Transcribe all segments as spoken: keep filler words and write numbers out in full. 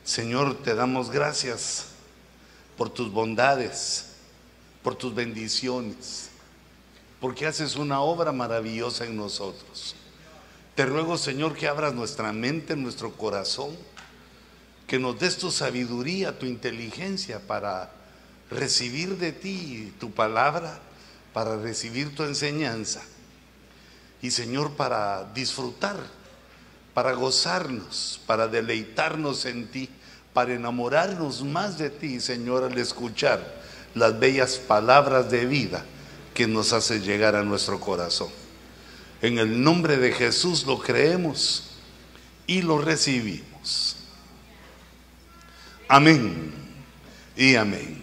Señor, te damos gracias por tus bondades, por tus bendiciones, porque haces una obra maravillosa en nosotros. Te ruego, Señor, que abras nuestra mente, nuestro corazón, que nos des tu sabiduría, tu inteligencia para recibir de ti tu palabra, para recibir tu enseñanza. Y, Señor, para disfrutar, para gozarnos, para deleitarnos en ti, para enamorarnos más de ti, Señor, al escuchar las bellas palabras de vida que nos hace llegar a nuestro corazón. En el nombre de Jesús lo creemos y lo recibimos. Amén y amén.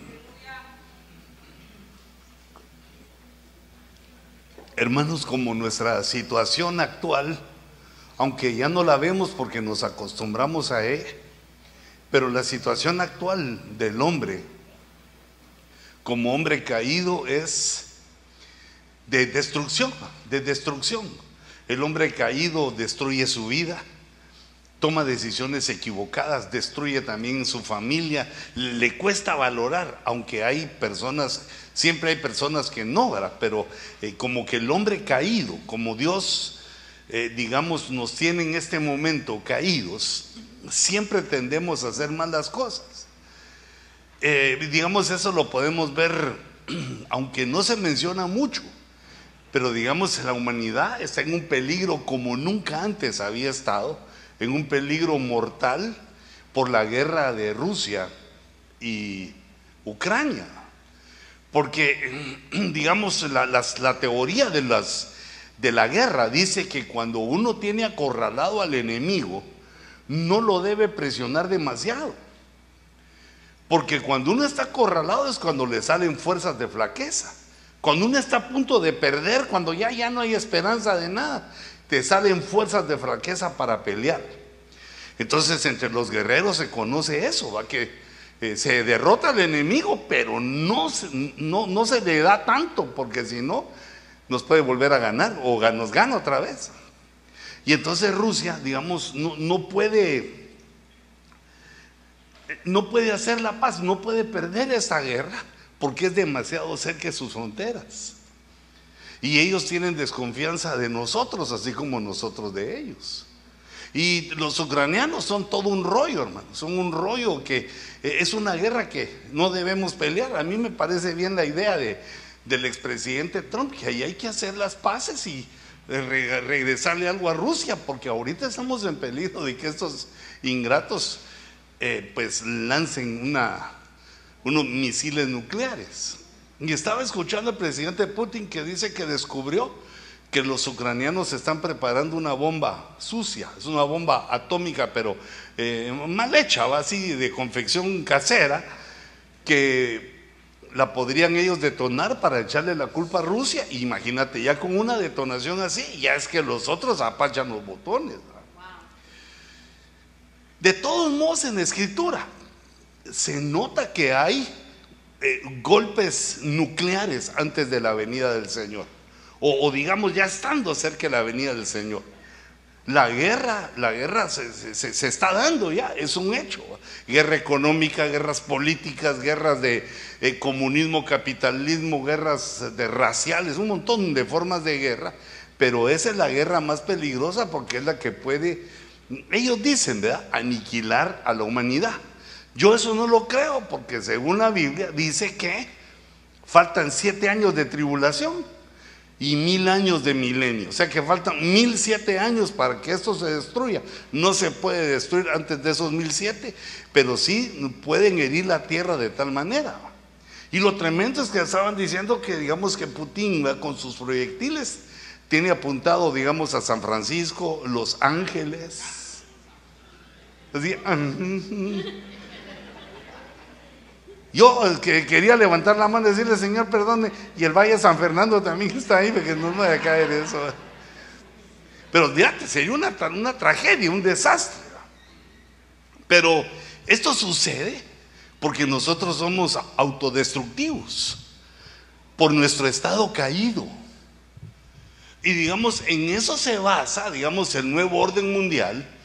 Hermanos, como nuestra situación actual, aunque ya no la vemos porque nos acostumbramos a ella, pero la situación actual del hombre como hombre caído es de destrucción, de destrucción. El hombre caído destruye su vida, toma decisiones equivocadas, destruye también su familia, le cuesta valorar, aunque hay personas, siempre hay personas que no, ¿verdad? Pero eh, como que el hombre caído, como Dios, eh, digamos, nos tiene en este momento caídos, siempre tendemos a hacer malas cosas. Eh, digamos, eso lo podemos ver, aunque no se menciona mucho, pero digamos, la humanidad está en un peligro como nunca antes había estado, en un peligro mortal por la guerra de Rusia y Ucrania. Porque, digamos, la, las, la teoría de, las, de la guerra dice que cuando uno tiene acorralado al enemigo, no lo debe presionar demasiado. Porque cuando uno está acorralado es cuando le salen fuerzas de flaqueza. Cuando uno está a punto de perder, cuando ya, ya no hay esperanza de nada, te salen fuerzas de flaqueza para pelear. Entonces, entre los guerreros se conoce eso, ¿va? Que eh, se derrota al enemigo, pero no, no, no se le da tanto, porque si no, nos puede volver a ganar o nos gana otra vez. Y entonces Rusia, digamos, no, no puede, no puede hacer la paz, no puede perder esta guerra, porque es demasiado cerca de sus fronteras. Y ellos tienen desconfianza de nosotros, así como nosotros de ellos. Y los ucranianos son todo un rollo, hermano. Son un rollo que es una guerra que no debemos pelear. A mí me parece bien la idea de, del expresidente Trump, que ahí hay que hacer las paces y re, regresarle algo a Rusia, porque ahorita estamos en peligro de que estos ingratos eh, pues lancen una, unos misiles nucleares. Y estaba escuchando al presidente Putin que dice que descubrió que los ucranianos están preparando una bomba sucia, es una bomba atómica, pero eh, mal hecha, va así de confección casera, que la podrían ellos detonar para echarle la culpa a Rusia. Imagínate, ya con una detonación así, ya es que los otros apachan los botones. Wow. De todos modos, en la escritura se nota que hay Eh, golpes nucleares antes de la venida del Señor, o, o digamos ya estando cerca de la venida del Señor. La guerra, la guerra se, se, se está dando ya, es un hecho. Guerra económica, guerras políticas, guerras de eh, comunismo, capitalismo, guerras de raciales, un montón de formas de guerra, pero esa es la guerra más peligrosa porque es la que puede, ellos dicen, ¿verdad?, aniquilar a la humanidad. Yo eso no lo creo, porque según la Biblia dice que faltan siete años de tribulación y mil años de milenio. O sea que faltan mil siete años para que esto se destruya. No se puede destruir antes de esos mil siete, pero sí pueden herir la tierra de tal manera. Y lo tremendo es que estaban diciendo que, digamos, que Putin, ¿verdad?, con sus proyectiles tiene apuntado, digamos, a San Francisco, Los Ángeles. Así, yo el que quería levantar la mano y decirle, Señor, perdone, y el Valle de San Fernando también está ahí, porque no me vaya a caer eso. Pero fíjate, sería una, una tragedia, un desastre. Pero esto sucede porque nosotros somos autodestructivos por nuestro estado caído. Y digamos, en eso se basa, digamos, el nuevo orden mundial,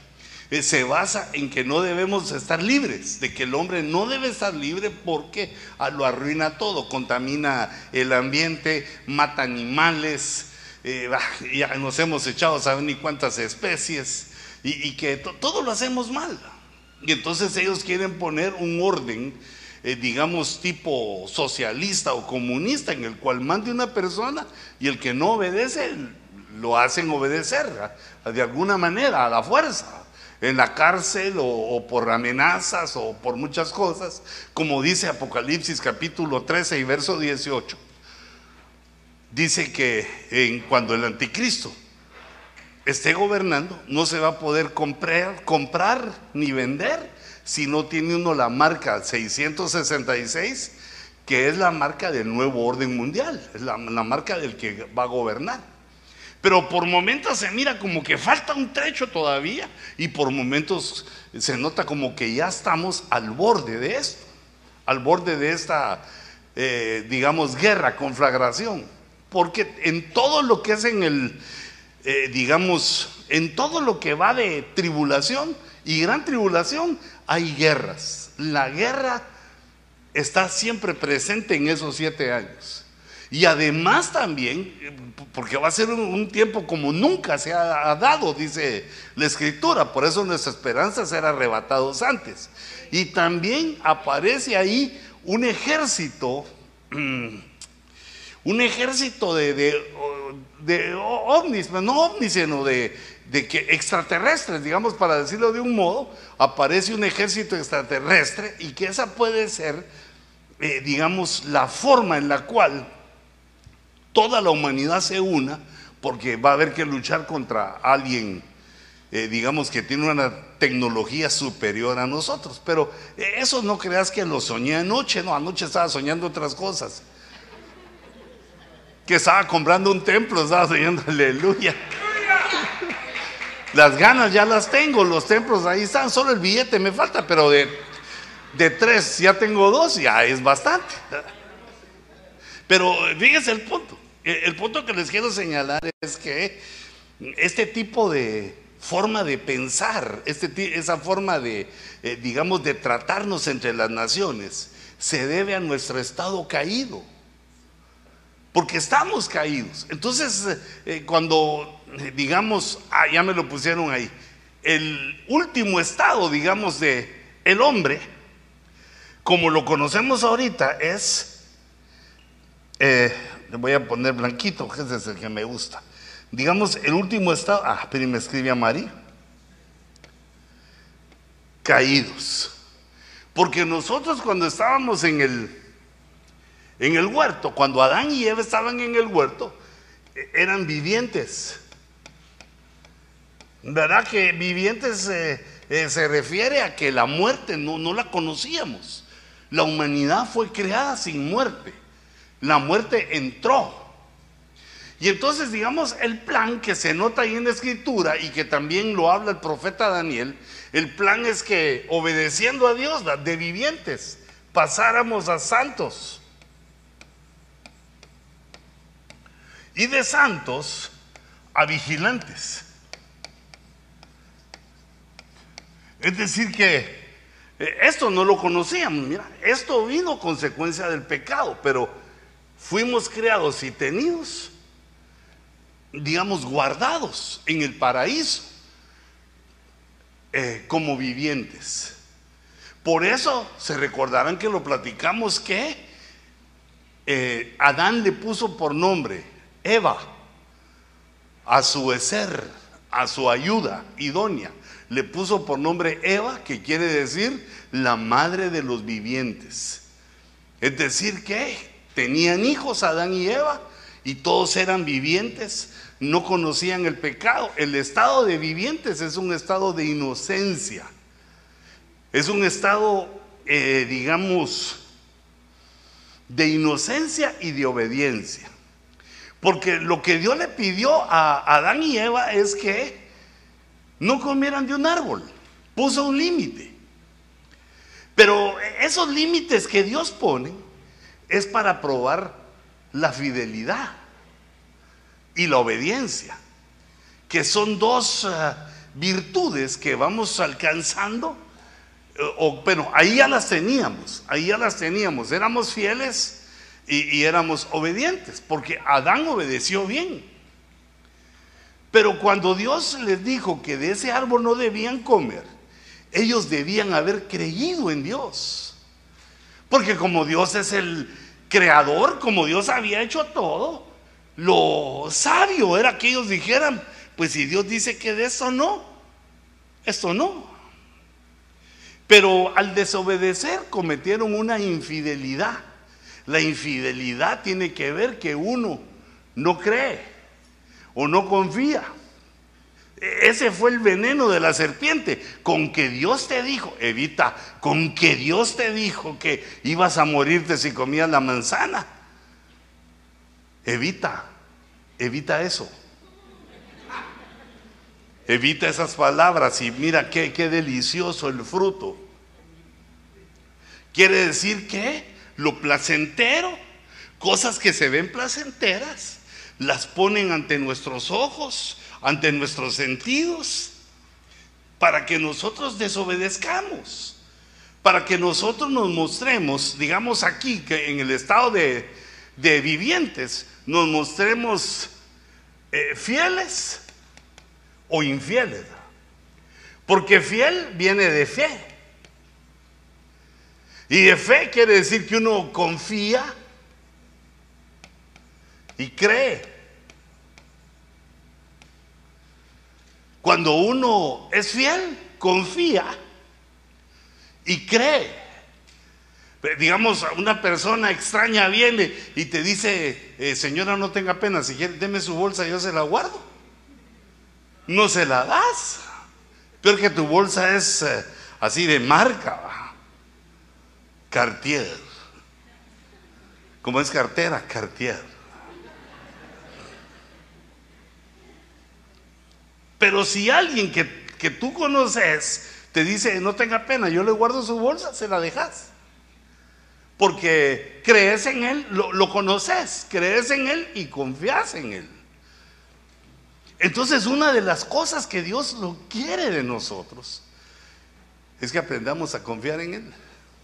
eh, se basa en que no debemos estar libres, de que el hombre no debe estar libre porque ah, lo arruina todo, contamina el ambiente, mata animales, eh, bah, ya nos hemos echado saber ni cuántas especies, y, y que to, todo lo hacemos mal. Y entonces ellos quieren poner un orden, eh, digamos tipo socialista o comunista, en el cual mande una persona y el que no obedece lo hacen obedecer ¿eh? de alguna manera, a la fuerza, en la cárcel o, o por amenazas o por muchas cosas, como dice Apocalipsis capítulo trece y verso dieciocho. Dice que en, cuando el anticristo esté gobernando, no se va a poder comprar, comprar ni vender si no tiene uno la marca seiscientos sesenta y seis, que es la marca del nuevo orden mundial, es la, la marca del que va a gobernar. Pero por momentos se mira como que falta un trecho todavía, y por momentos se nota como que ya estamos al borde de esto, al borde de esta, eh, digamos, guerra, conflagración, porque en todo lo que es en el... Eh, digamos, en todo lo que va de tribulación y gran tribulación hay guerras. La guerra está siempre presente en esos siete años. Y además también, porque va a ser un, un tiempo como nunca se ha, ha dado, dice la Escritura. Por eso nuestra esperanza es ser arrebatados antes. Y también aparece ahí un ejército, un ejército de... de de ovnis, no ovnis, sino de, de que extraterrestres, digamos, para decirlo de un modo, aparece un ejército extraterrestre, y que esa puede ser, eh, digamos, la forma en la cual toda la humanidad se una, porque va a haber que luchar contra alguien, eh, digamos, que tiene una tecnología superior a nosotros. Pero eh, eso no creas que lo soñé anoche, no, anoche estaba soñando otras cosas. Que estaba comprando un templo, estaba soñando, aleluya. Las ganas ya las tengo, los templos ahí están, solo el billete me falta, pero de, de tres ya tengo dos, ya es bastante. Pero fíjense el punto, el punto que les quiero señalar es que este tipo de forma de pensar, este, esa forma de, eh, digamos, de tratarnos entre las naciones, se debe a nuestro estado caído. Porque estamos caídos. Entonces, eh, cuando, eh, digamos, ah, ya me lo pusieron ahí, el último estado, digamos, de el hombre, como lo conocemos ahorita, es, eh, le voy a poner blanquito, que ese es el que me gusta. Digamos, el último estado, ah, pero me escribe a María, caídos. Porque nosotros cuando estábamos en el En el huerto, cuando Adán y Eva estaban en el huerto, eran vivientes. ¿Verdad que vivientes eh, eh, se refiere a que la muerte no, no la conocíamos? La humanidad fue creada sin muerte. La muerte entró. Y entonces, digamos, el plan que se nota ahí en la Escritura y que también lo habla el profeta Daniel, el plan es que obedeciendo a Dios, de vivientes, pasáramos a santos. Y de santos a vigilantes. Es decir que esto no lo conocíamos. Mira, esto vino consecuencia del pecado, pero fuimos creados y tenidos, digamos, guardados en el paraíso eh, como vivientes. Por eso se recordarán que lo platicamos que eh, Adán le puso por nombre Eva, a su eser, a su ayuda idónea, le puso por nombre Eva, que quiere decir la madre de los vivientes. Es decir que tenían hijos Adán y Eva, y todos eran vivientes, no conocían el pecado. El estado de vivientes es un estado de inocencia, es un estado, eh, digamos, de inocencia y de obediencia. Porque lo que Dios le pidió a Adán y Eva es que no comieran de un árbol. Puso un límite. Pero esos límites que Dios pone es para probar la fidelidad y la obediencia, que son dos, uh, virtudes que vamos alcanzando, o bueno, ahí ya las teníamos, ahí ya las teníamos, éramos fieles y, y éramos obedientes, porque Adán obedeció bien. Pero cuando Dios les dijo que de ese árbol no debían comer, ellos debían haber creído en Dios, porque como Dios es el creador, como Dios había hecho todo, lo sabio era que ellos dijeran, pues si Dios dice que de eso no, esto no. Pero al desobedecer cometieron una infidelidad. La infidelidad tiene que ver que uno no cree o no confía. Ese fue el veneno de la serpiente. Con que Dios te dijo, evita, con que Dios te dijo que ibas a morirte si comías la manzana, evita, evita eso. Evita esas palabras y mira qué, qué delicioso el fruto. Quiere decir que lo placentero, cosas que se ven placenteras, las ponen ante nuestros ojos, ante nuestros sentidos, para que nosotros desobedezcamos, para que nosotros nos mostremos, digamos aquí, que en el estado de, de vivientes, nos mostremos eh, fieles o infieles, porque fiel viene de fe, y de fe quiere decir que uno confía y cree. Cuando uno es fiel, confía y cree. Digamos, una persona extraña viene y te dice, eh, señora, no tenga pena, si quiere deme su bolsa, yo se la guardo. No se la das. Peor que tu bolsa es eh, así de marca, ¿va? Cartier. ¿Cómo es cartera? Cartier. Pero si alguien que, que tú conoces te dice, no tenga pena, yo le guardo su bolsa, se la dejas. Porque crees en él, lo, lo conoces, crees en él y confías en él. Entonces, una de las cosas que Dios lo quiere de nosotros es que aprendamos a confiar en él.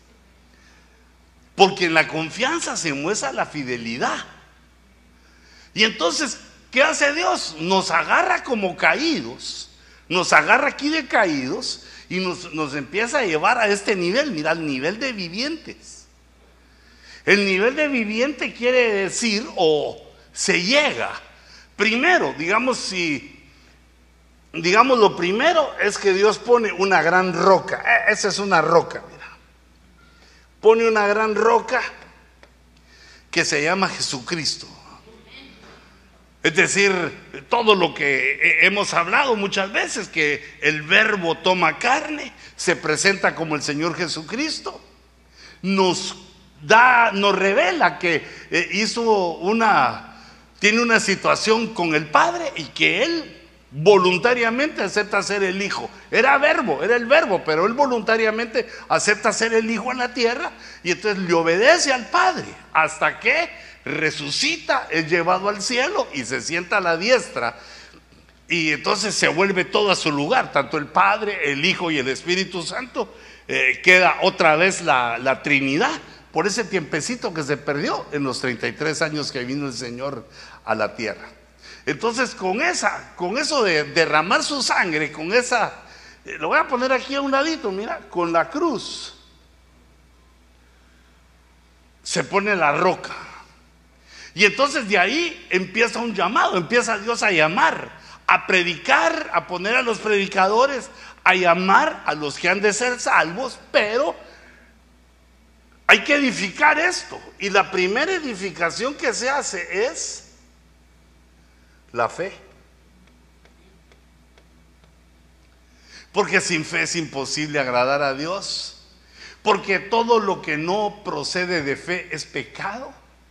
Porque en la confianza se muestra la fidelidad. Y entonces, ¿qué hace Dios? Nos agarra como caídos, nos agarra aquí de caídos y nos, nos empieza a llevar a este nivel. Mira, el nivel de vivientes. El nivel de viviente quiere decir, o se llega, primero, digamos, si, digamos, lo primero es que Dios pone una gran roca. Eh, esa es una roca, mira. Pone una gran roca que se llama Jesucristo. Es decir, todo lo que hemos hablado muchas veces, que el verbo toma carne, se presenta como el Señor Jesucristo, nos da, nos revela que hizo una, tiene una situación con el Padre y que Él voluntariamente acepta ser el Hijo. Era verbo, era el verbo, pero Él voluntariamente acepta ser el Hijo en la tierra y entonces le obedece al Padre hasta que resucita, es llevado al cielo y se sienta a la diestra, y entonces se vuelve todo a su lugar, tanto el Padre, el Hijo y el Espíritu Santo. Eh, queda otra vez la, la Trinidad, por ese tiempecito que se perdió en los treinta y tres años que vino el Señor a la tierra. Entonces con esa, con eso de derramar su sangre, con esa, eh, lo voy a poner aquí a un ladito, mira, con la cruz se pone la roca. Y entonces de ahí empieza un llamado, empieza Dios a llamar, a predicar, a poner a los predicadores, a llamar a los que han de ser salvos, pero hay que edificar esto. Y la primera edificación que se hace es la fe. Porque sin fe es imposible agradar a Dios, porque todo lo que no procede de fe es pecado.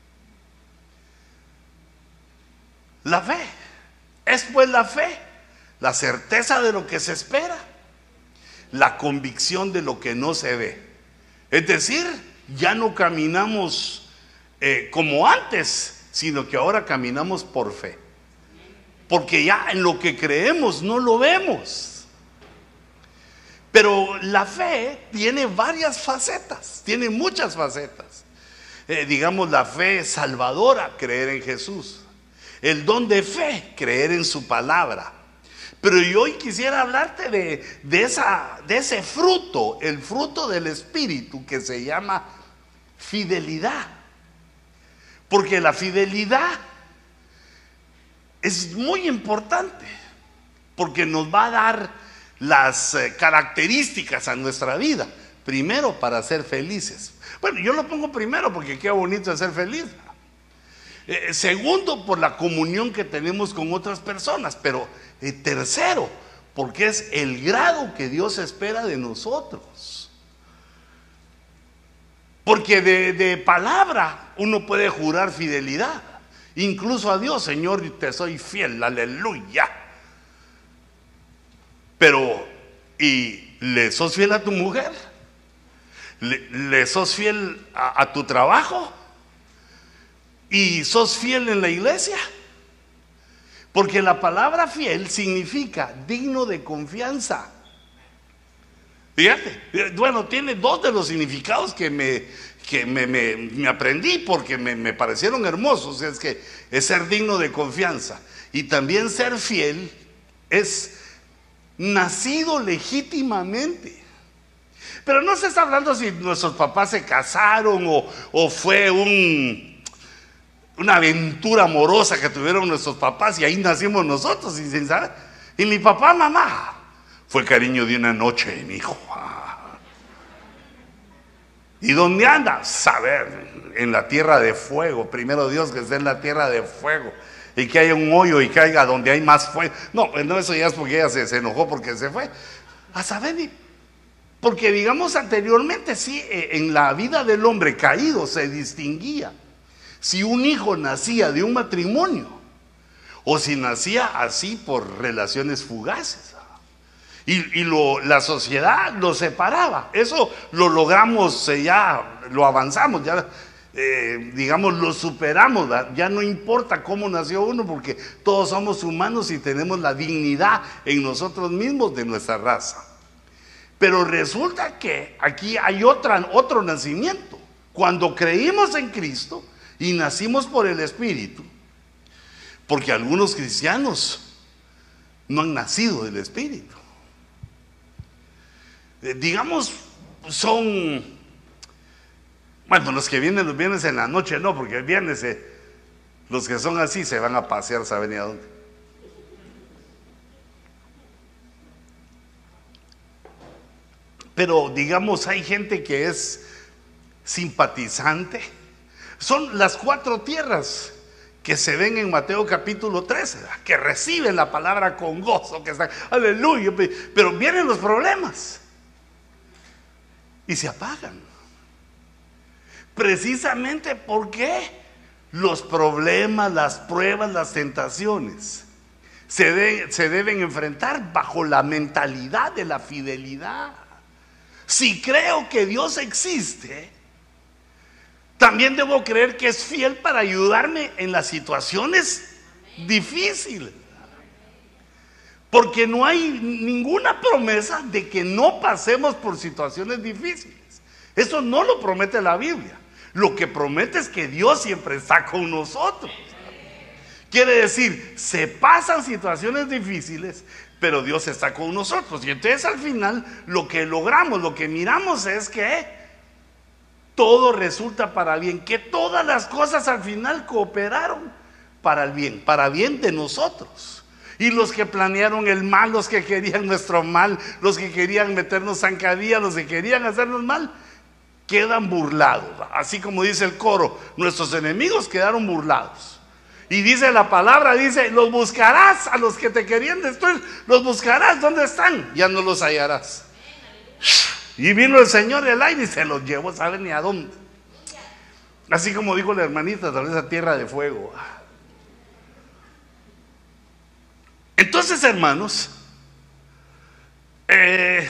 La fe es pues la fe, la certeza de lo que se espera, la convicción de lo que no se ve. Es decir, ya no caminamos eh, como antes, sino que ahora caminamos por fe, porque ya en lo que creemos no lo vemos. Pero la fe tiene varias facetas, tiene muchas facetas. Eh, digamos, la fe salvadora, creer en Jesús. El don de fe, creer en su palabra. Pero yo hoy quisiera hablarte de, de, esa, de ese fruto, el fruto del Espíritu que se llama fidelidad. Porque la fidelidad es muy importante, porque nos va a dar las eh, características a nuestra vida. Primero, para ser felices. Bueno, yo lo pongo primero porque qué bonito es ser feliz. Eh, segundo, por la comunión que tenemos con otras personas. Pero eh, tercero, porque es el grado que Dios espera de nosotros. Porque de, de palabra uno puede jurar fidelidad, incluso a Dios. Señor, te soy fiel, aleluya. Pero, ¿y le sos fiel a tu mujer? ¿Le, le sos fiel a, a tu trabajo? ¿Y sos fiel en la iglesia? Porque la palabra fiel significa digno de confianza. Fíjate, bueno, tiene dos de los significados que me, que me, me, me aprendí porque me, me parecieron hermosos. Es que es ser digno de confianza. Y también ser fiel es nacido legítimamente. Pero no se está hablando si nuestros papás se casaron o, o fue un, una aventura amorosa que tuvieron nuestros papás y ahí nacimos nosotros y sin saber. Y mi papá, mamá, fue cariño de una noche, mi hijo. ¿Y dónde anda? Saber, en la tierra de fuego. Primero Dios que esté en la tierra de fuego y que haya un hoyo y caiga donde hay más fuego. No, no, eso ya es porque ella se, se enojó porque se fue. A saber, porque digamos anteriormente sí, en la vida del hombre caído se distinguía si un hijo nacía de un matrimonio o si nacía así por relaciones fugaces. Y, y lo, la sociedad lo separaba. Eso lo logramos, eh, ya lo avanzamos, ya eh, digamos lo superamos. ¿Verdad? Ya no importa cómo nació uno porque todos somos humanos y tenemos la dignidad en nosotros mismos de nuestra raza. Pero resulta que aquí hay otra, otro nacimiento. Cuando creímos en Cristo y nacimos por el Espíritu, porque algunos cristianos no han nacido del Espíritu. Digamos, son, bueno, los que vienen los viernes en la noche no, porque el viernes eh, los que son así se van a pasear, ¿saben ni a dónde? Pero digamos, hay gente que es simpatizante. Son las cuatro tierras que se ven en Mateo capítulo trece, que reciben la palabra con gozo, que están, aleluya, pero vienen los problemas y se apagan. Precisamente porque los problemas, las pruebas, las tentaciones se, de, se deben enfrentar bajo la mentalidad de la fidelidad. Si creo que Dios existe, también debo creer que es fiel para ayudarme en las situaciones difíciles. Porque no hay ninguna promesa de que no pasemos por situaciones difíciles. Eso no lo promete la Biblia. Lo que promete es que Dios siempre está con nosotros. Quiere decir, se pasan situaciones difíciles, pero Dios está con nosotros. Y entonces al final lo que logramos, lo que miramos es que todo resulta para bien, que todas las cosas al final cooperaron para el bien, para bien de nosotros. Y los que planearon el mal, los que querían nuestro mal, los que querían meternos zancadillas, los que querían hacernos mal, quedan burlados. Así como dice el coro, nuestros enemigos quedaron burlados. Y dice la palabra, dice, los buscarás a los que te querían destruir, los buscarás, ¿dónde están? Ya no los hallarás. Y vino el Señor del aire y se los llevó, ¿saben ni a dónde? Así como dijo la hermanita, tal vez a tierra de fuego. Entonces, hermanos, eh,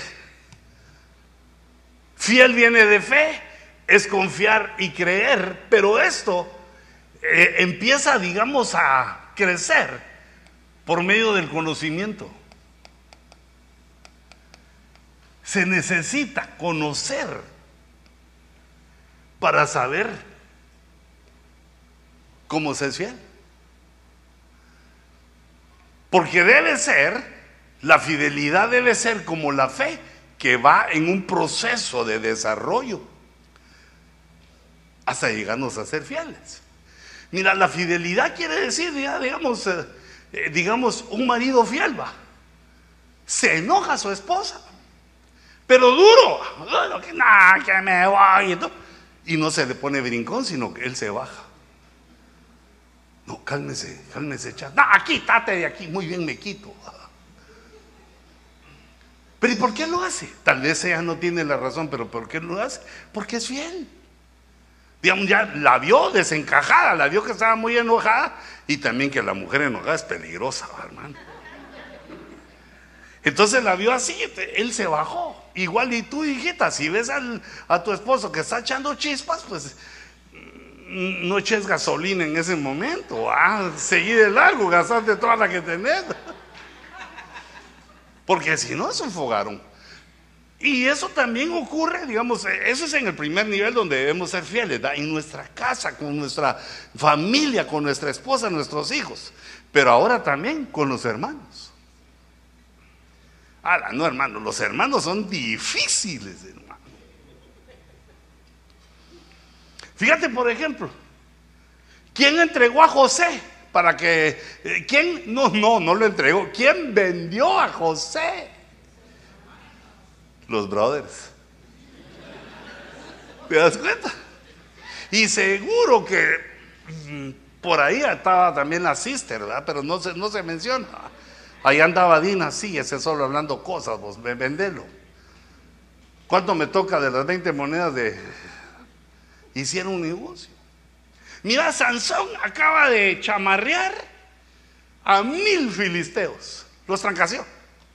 fiel viene de fe, es confiar y creer, pero esto eh, empieza, digamos, a crecer por medio del conocimiento. se necesita conocer para saber cómo se es fiel. Porque debe ser, la fidelidad debe ser como la fe, que va en un proceso de desarrollo hasta llegarnos a ser fieles. Mira, la fidelidad quiere decir, ya, digamos, eh, eh, digamos, un marido fiel, va, se enoja a su esposa, pero duro, duro, que nada, que me voy y todo, y no se le pone brincón, sino que él se baja. No, cálmese, cálmese, chat. No, quítate de aquí, muy bien, me quito. Pero ¿y por qué lo hace? Tal vez ella no tiene la razón, pero ¿por qué lo hace? Porque es fiel. Digamos, ya la vio desencajada, la vio que estaba muy enojada, y también que la mujer enojada es peligrosa, hermano. Entonces la vio así, él se bajó. Igual y tú, hijita, si ves al, a tu esposo que está echando chispas, pues no eches gasolina en ese momento, ah, seguí de largo, gastaste toda la que tenés, porque si no es un fogarón. Y eso también ocurre, digamos, eso es en el primer nivel donde debemos ser fieles, ¿verdad? En nuestra casa, con nuestra familia, con nuestra esposa, nuestros hijos, pero ahora también con los hermanos. Ah, no, hermano, los hermanos son difíciles, hermano. Fíjate, por ejemplo, ¿quién entregó a José para que, quién, no, no, no lo entregó, quién vendió a José? Los brothers. ¿Te das cuenta? Y seguro que mm, por ahí estaba también la sister, ¿verdad? Pero no se, no se menciona. Ahí andaba Dina, sí, ese solo hablando cosas, vos, vendelo. ¿Cuánto me toca de las veinte monedas de... Hicieron un negocio? Mira, Sansón acaba de chamarrear a mil filisteos, los trancaseó.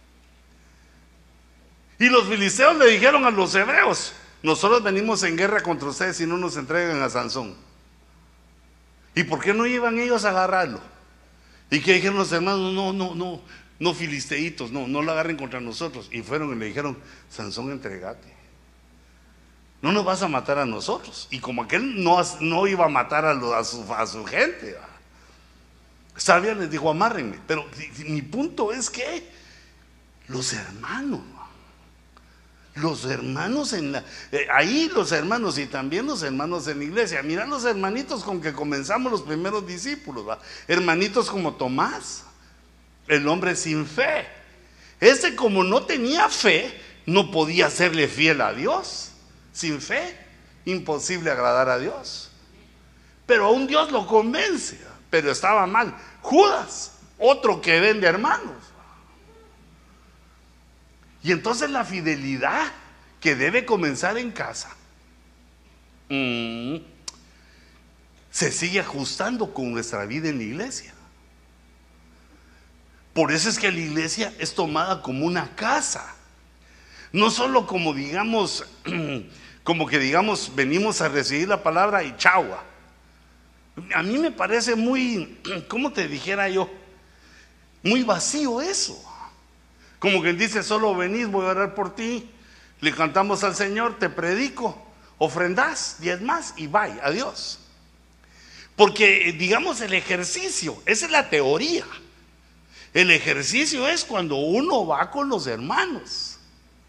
Y los filisteos le dijeron a los hebreos: nosotros venimos en guerra contra ustedes y no nos entregan a Sansón. ¿Y por qué no iban ellos a agarrarlo? ¿Y qué dijeron los hermanos? No, no, no, no filisteitos, no, no lo agarren contra nosotros. Y fueron y le dijeron: Sansón, entregate, no nos vas a matar a nosotros. Y como aquel no, no iba a matar a, lo, a, su, a su gente, ¿va? Está bien, les dijo: amárrenme. Pero mi punto es que los hermanos, los hermanos en la, eh, ahí los hermanos y también los hermanos en la iglesia. Mira los hermanitos con que comenzamos los primeros discípulos, ¿va? Hermanitos como Tomás, el hombre sin fe. Este, como no tenía fe, no podía serle fiel a Dios. Sin fe, imposible agradar a Dios. Pero aún Dios lo convence, pero estaba mal. Judas, otro que vende hermanos. Y entonces la fidelidad que debe comenzar en casa mmm, se sigue ajustando con nuestra vida en la iglesia. Por eso es que la iglesia es tomada como una casa, no solo como digamos, como que digamos venimos a recibir la palabra y chagua. A mí me parece muy, ¿cómo te dijera yo? Muy vacío eso. Como que él dice: solo venís, voy a orar por ti, le cantamos al Señor, te predico, ofrendás, diezmás y bye, adiós. Porque digamos el ejercicio, esa es la teoría. El ejercicio es cuando uno va con los hermanos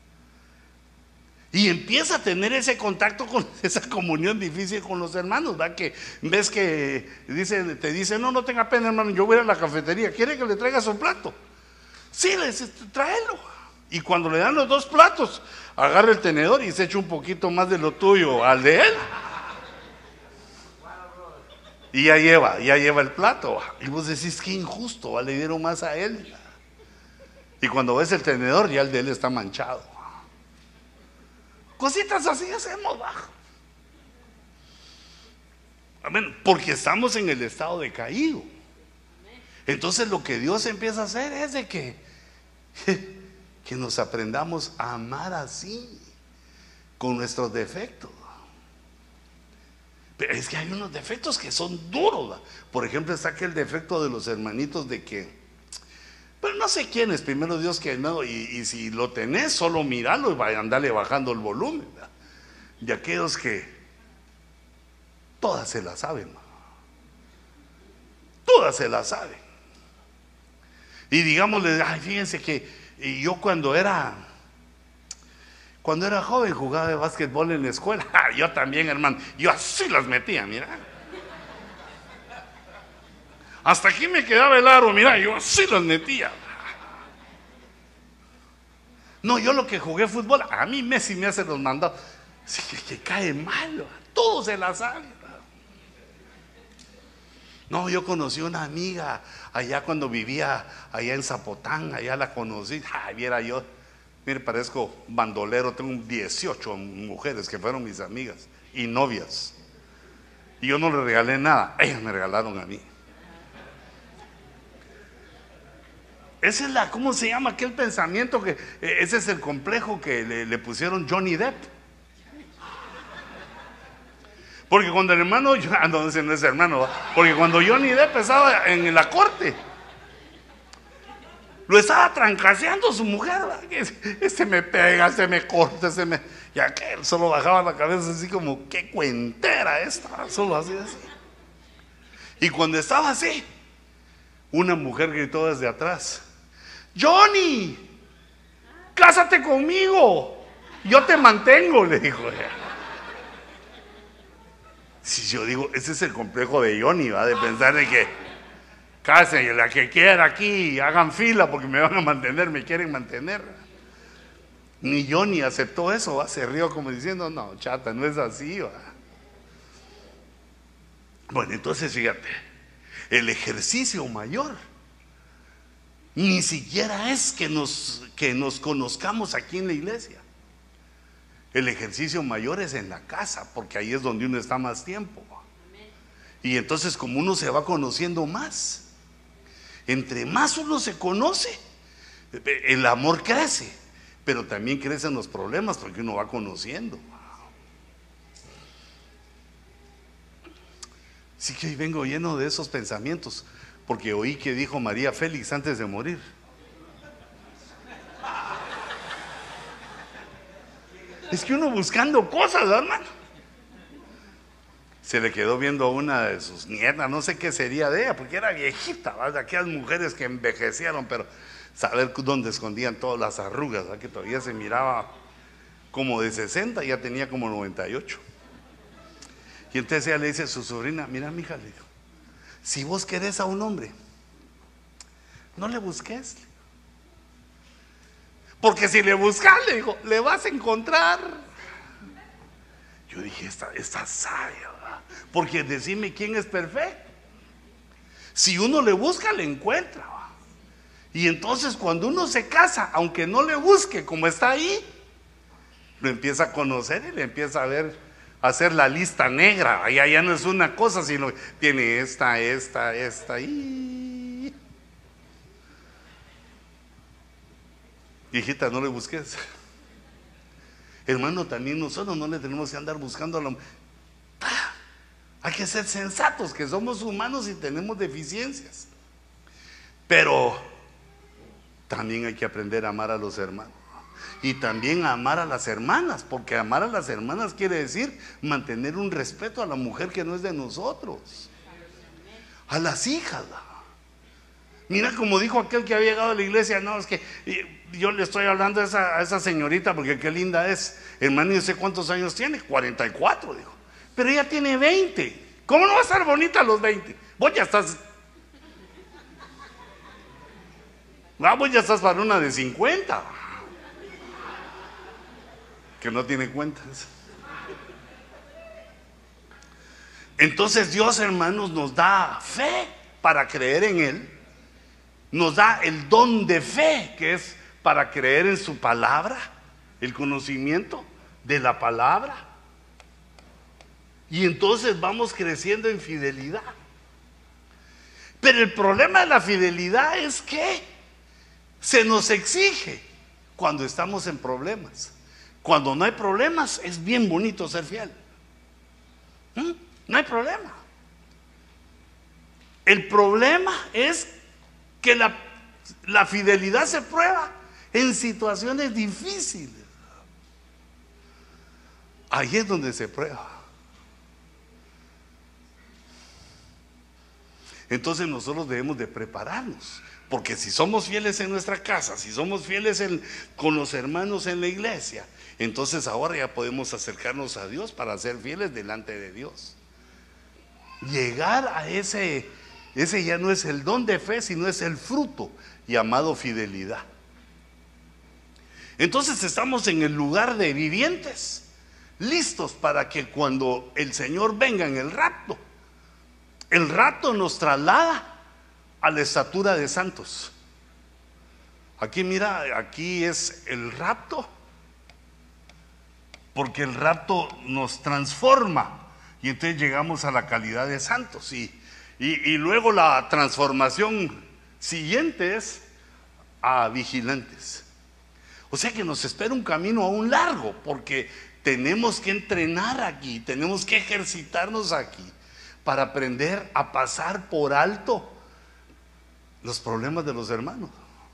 y empieza a tener ese contacto con esa comunión difícil con los hermanos, ¿verdad? Que ves que dice, te dice: no, no tenga pena, hermano, yo voy a ir a la cafetería, ¿quiere que le traiga su plato? Sí, le dice: tráelo. Y cuando le dan los dos platos, agarra el tenedor y se echa un poquito más de lo tuyo al de él. Y ya lleva, ya lleva el plato. Y vos decís: qué injusto, le dieron más a él. Y cuando ves el tenedor, ya el de él está manchado. Cositas así hacemos, bajo. Amén. Porque estamos en el estado decaído. Entonces lo que Dios empieza a hacer es de que, que nos aprendamos a amar así, con nuestros defectos. Pero es que hay unos defectos que son duros, ¿va? Por ejemplo, está aquel defecto de los hermanitos de que Pero no sé quién es, primero Dios que no, y, y si lo tenés, solo miralo y vaya a andarle bajando el volumen, ¿verdad? De aquellos que todas se la saben, todas se la saben. Y digámosle, ay, fíjense que yo cuando era cuando era joven jugaba de básquetbol en la escuela. Yo también, hermano, yo así las metía, mira. Hasta aquí me quedaba el aro, mira, yo así las metía. No, yo lo que jugué fútbol, a mí Messi me hace los mandados. Sí, que, que cae mal, todo se la sabe. No, yo conocí una amiga allá cuando vivía allá en Zapotán, allá la conocí. Ay, viera yo, mire, parezco bandolero, tengo dieciocho mujeres que fueron mis amigas y novias. Y yo no le regalé nada, ellas me regalaron a mí. Esa es la, ¿cómo se llama aquel pensamiento que, ese es el complejo que le, le pusieron Johnny Depp? Porque cuando el hermano, ah, no, ese no es hermano, porque cuando Johnny Depp estaba en la corte, lo estaba trancaseando su mujer, este me pega, este me corta, este me, y aquel solo bajaba la cabeza así como, qué cuentera esta, solo así, así. Y cuando estaba así, una mujer gritó desde atrás: Johnny, cásate conmigo, yo te mantengo, le dijo ella. Si yo digo, ese es el complejo de Johnny, ¿va? De pensar de que cásense, la que quiera aquí, hagan fila porque me van a mantener, me quieren mantener. Ni Johnny aceptó eso, ¿va? Se rió como diciendo, no, chata, no es así, ¿va? Bueno, entonces fíjate, el ejercicio mayor ni siquiera es que nos, que nos conozcamos aquí en la iglesia. El ejercicio mayor es en la casa, porque ahí es donde uno está más tiempo. Y entonces, como uno se va conociendo más, entre más uno se conoce, el amor crece, pero también crecen los problemas porque uno va conociendo. Sí que hoy vengo lleno de esos pensamientos, porque oí que dijo María Félix antes de morir: es que uno buscando cosas, hermano. Se le quedó viendo a una de sus nietas, no sé qué sería de ella, porque era viejita, ¿verdad? De aquellas mujeres que envejecieron, pero saber dónde escondían todas las arrugas, ¿verdad? Que todavía se miraba como de sesenta, ya tenía como noventa y ocho. Y entonces ella le dice a su sobrina: mira, mija, le dijo, si vos querés a un hombre, no le busques. Porque si le buscas, le dijo, le vas a encontrar. Yo dije, esta, esta sabia, ¿verdad? Porque decime quién es perfecto. Si uno le busca, le encuentra, ¿verdad? Y entonces cuando uno se casa, aunque no le busque, como está ahí, lo empieza a conocer y le empieza a ver, a hacer la lista negra. Allá ya no es una cosa, sino tiene esta, esta, esta y... Hijita, no le busques. Hermano, también nosotros no le tenemos que andar buscando a la... ¡Ah! Hay que ser sensatos, que somos humanos y tenemos deficiencias. Pero también hay que aprender a amar a los hermanos. Y también a amar a las hermanas, porque amar a las hermanas quiere decir mantener un respeto a la mujer que no es de nosotros. A las hijas. Mira como dijo aquel que había llegado a la iglesia: no, es que yo le estoy hablando a esa, a esa señorita porque qué linda es. Hermano, yo sé cuántos años tiene, cuarenta y cuatro, dijo. Pero ella tiene veinte. ¿Cómo no va a estar bonita a los veinte? Vos ya estás... Ah, vos ya estás para una de cincuenta. Que no tiene cuentas. Entonces Dios, hermanos, nos da fe para creer en Él. Nos da el don de fe, que es para creer en su palabra, el conocimiento de la palabra. Y entonces vamos creciendo en fidelidad. Pero el problema de la fidelidad es que se nos exige cuando estamos en problemas. Cuando no hay problemas, es bien bonito ser fiel. ¿Mm? No hay problema. El problema es que la La fidelidad se prueba en situaciones difíciles. Ahí es donde se prueba. Entonces nosotros debemos de prepararnos, porque si somos fieles en nuestra casa, si somos fieles en, con los hermanos en la iglesia, entonces ahora ya podemos acercarnos a Dios para ser fieles delante de Dios. Llegar a ese, ese ya no es el don de fe, sino es el fruto llamado fidelidad. Entonces estamos en el lugar de vivientes, listos para que cuando el Señor venga en el rapto, el rapto nos traslada a la estatura de santos. Aquí mira, aquí es el rapto, porque el rapto nos transforma y entonces llegamos a la calidad de santos. Y, y, y luego la transformación siguiente es a vigilantes. O sea que nos espera un camino aún largo, porque tenemos que entrenar aquí, tenemos que ejercitarnos aquí para aprender a pasar por alto los problemas de los hermanos.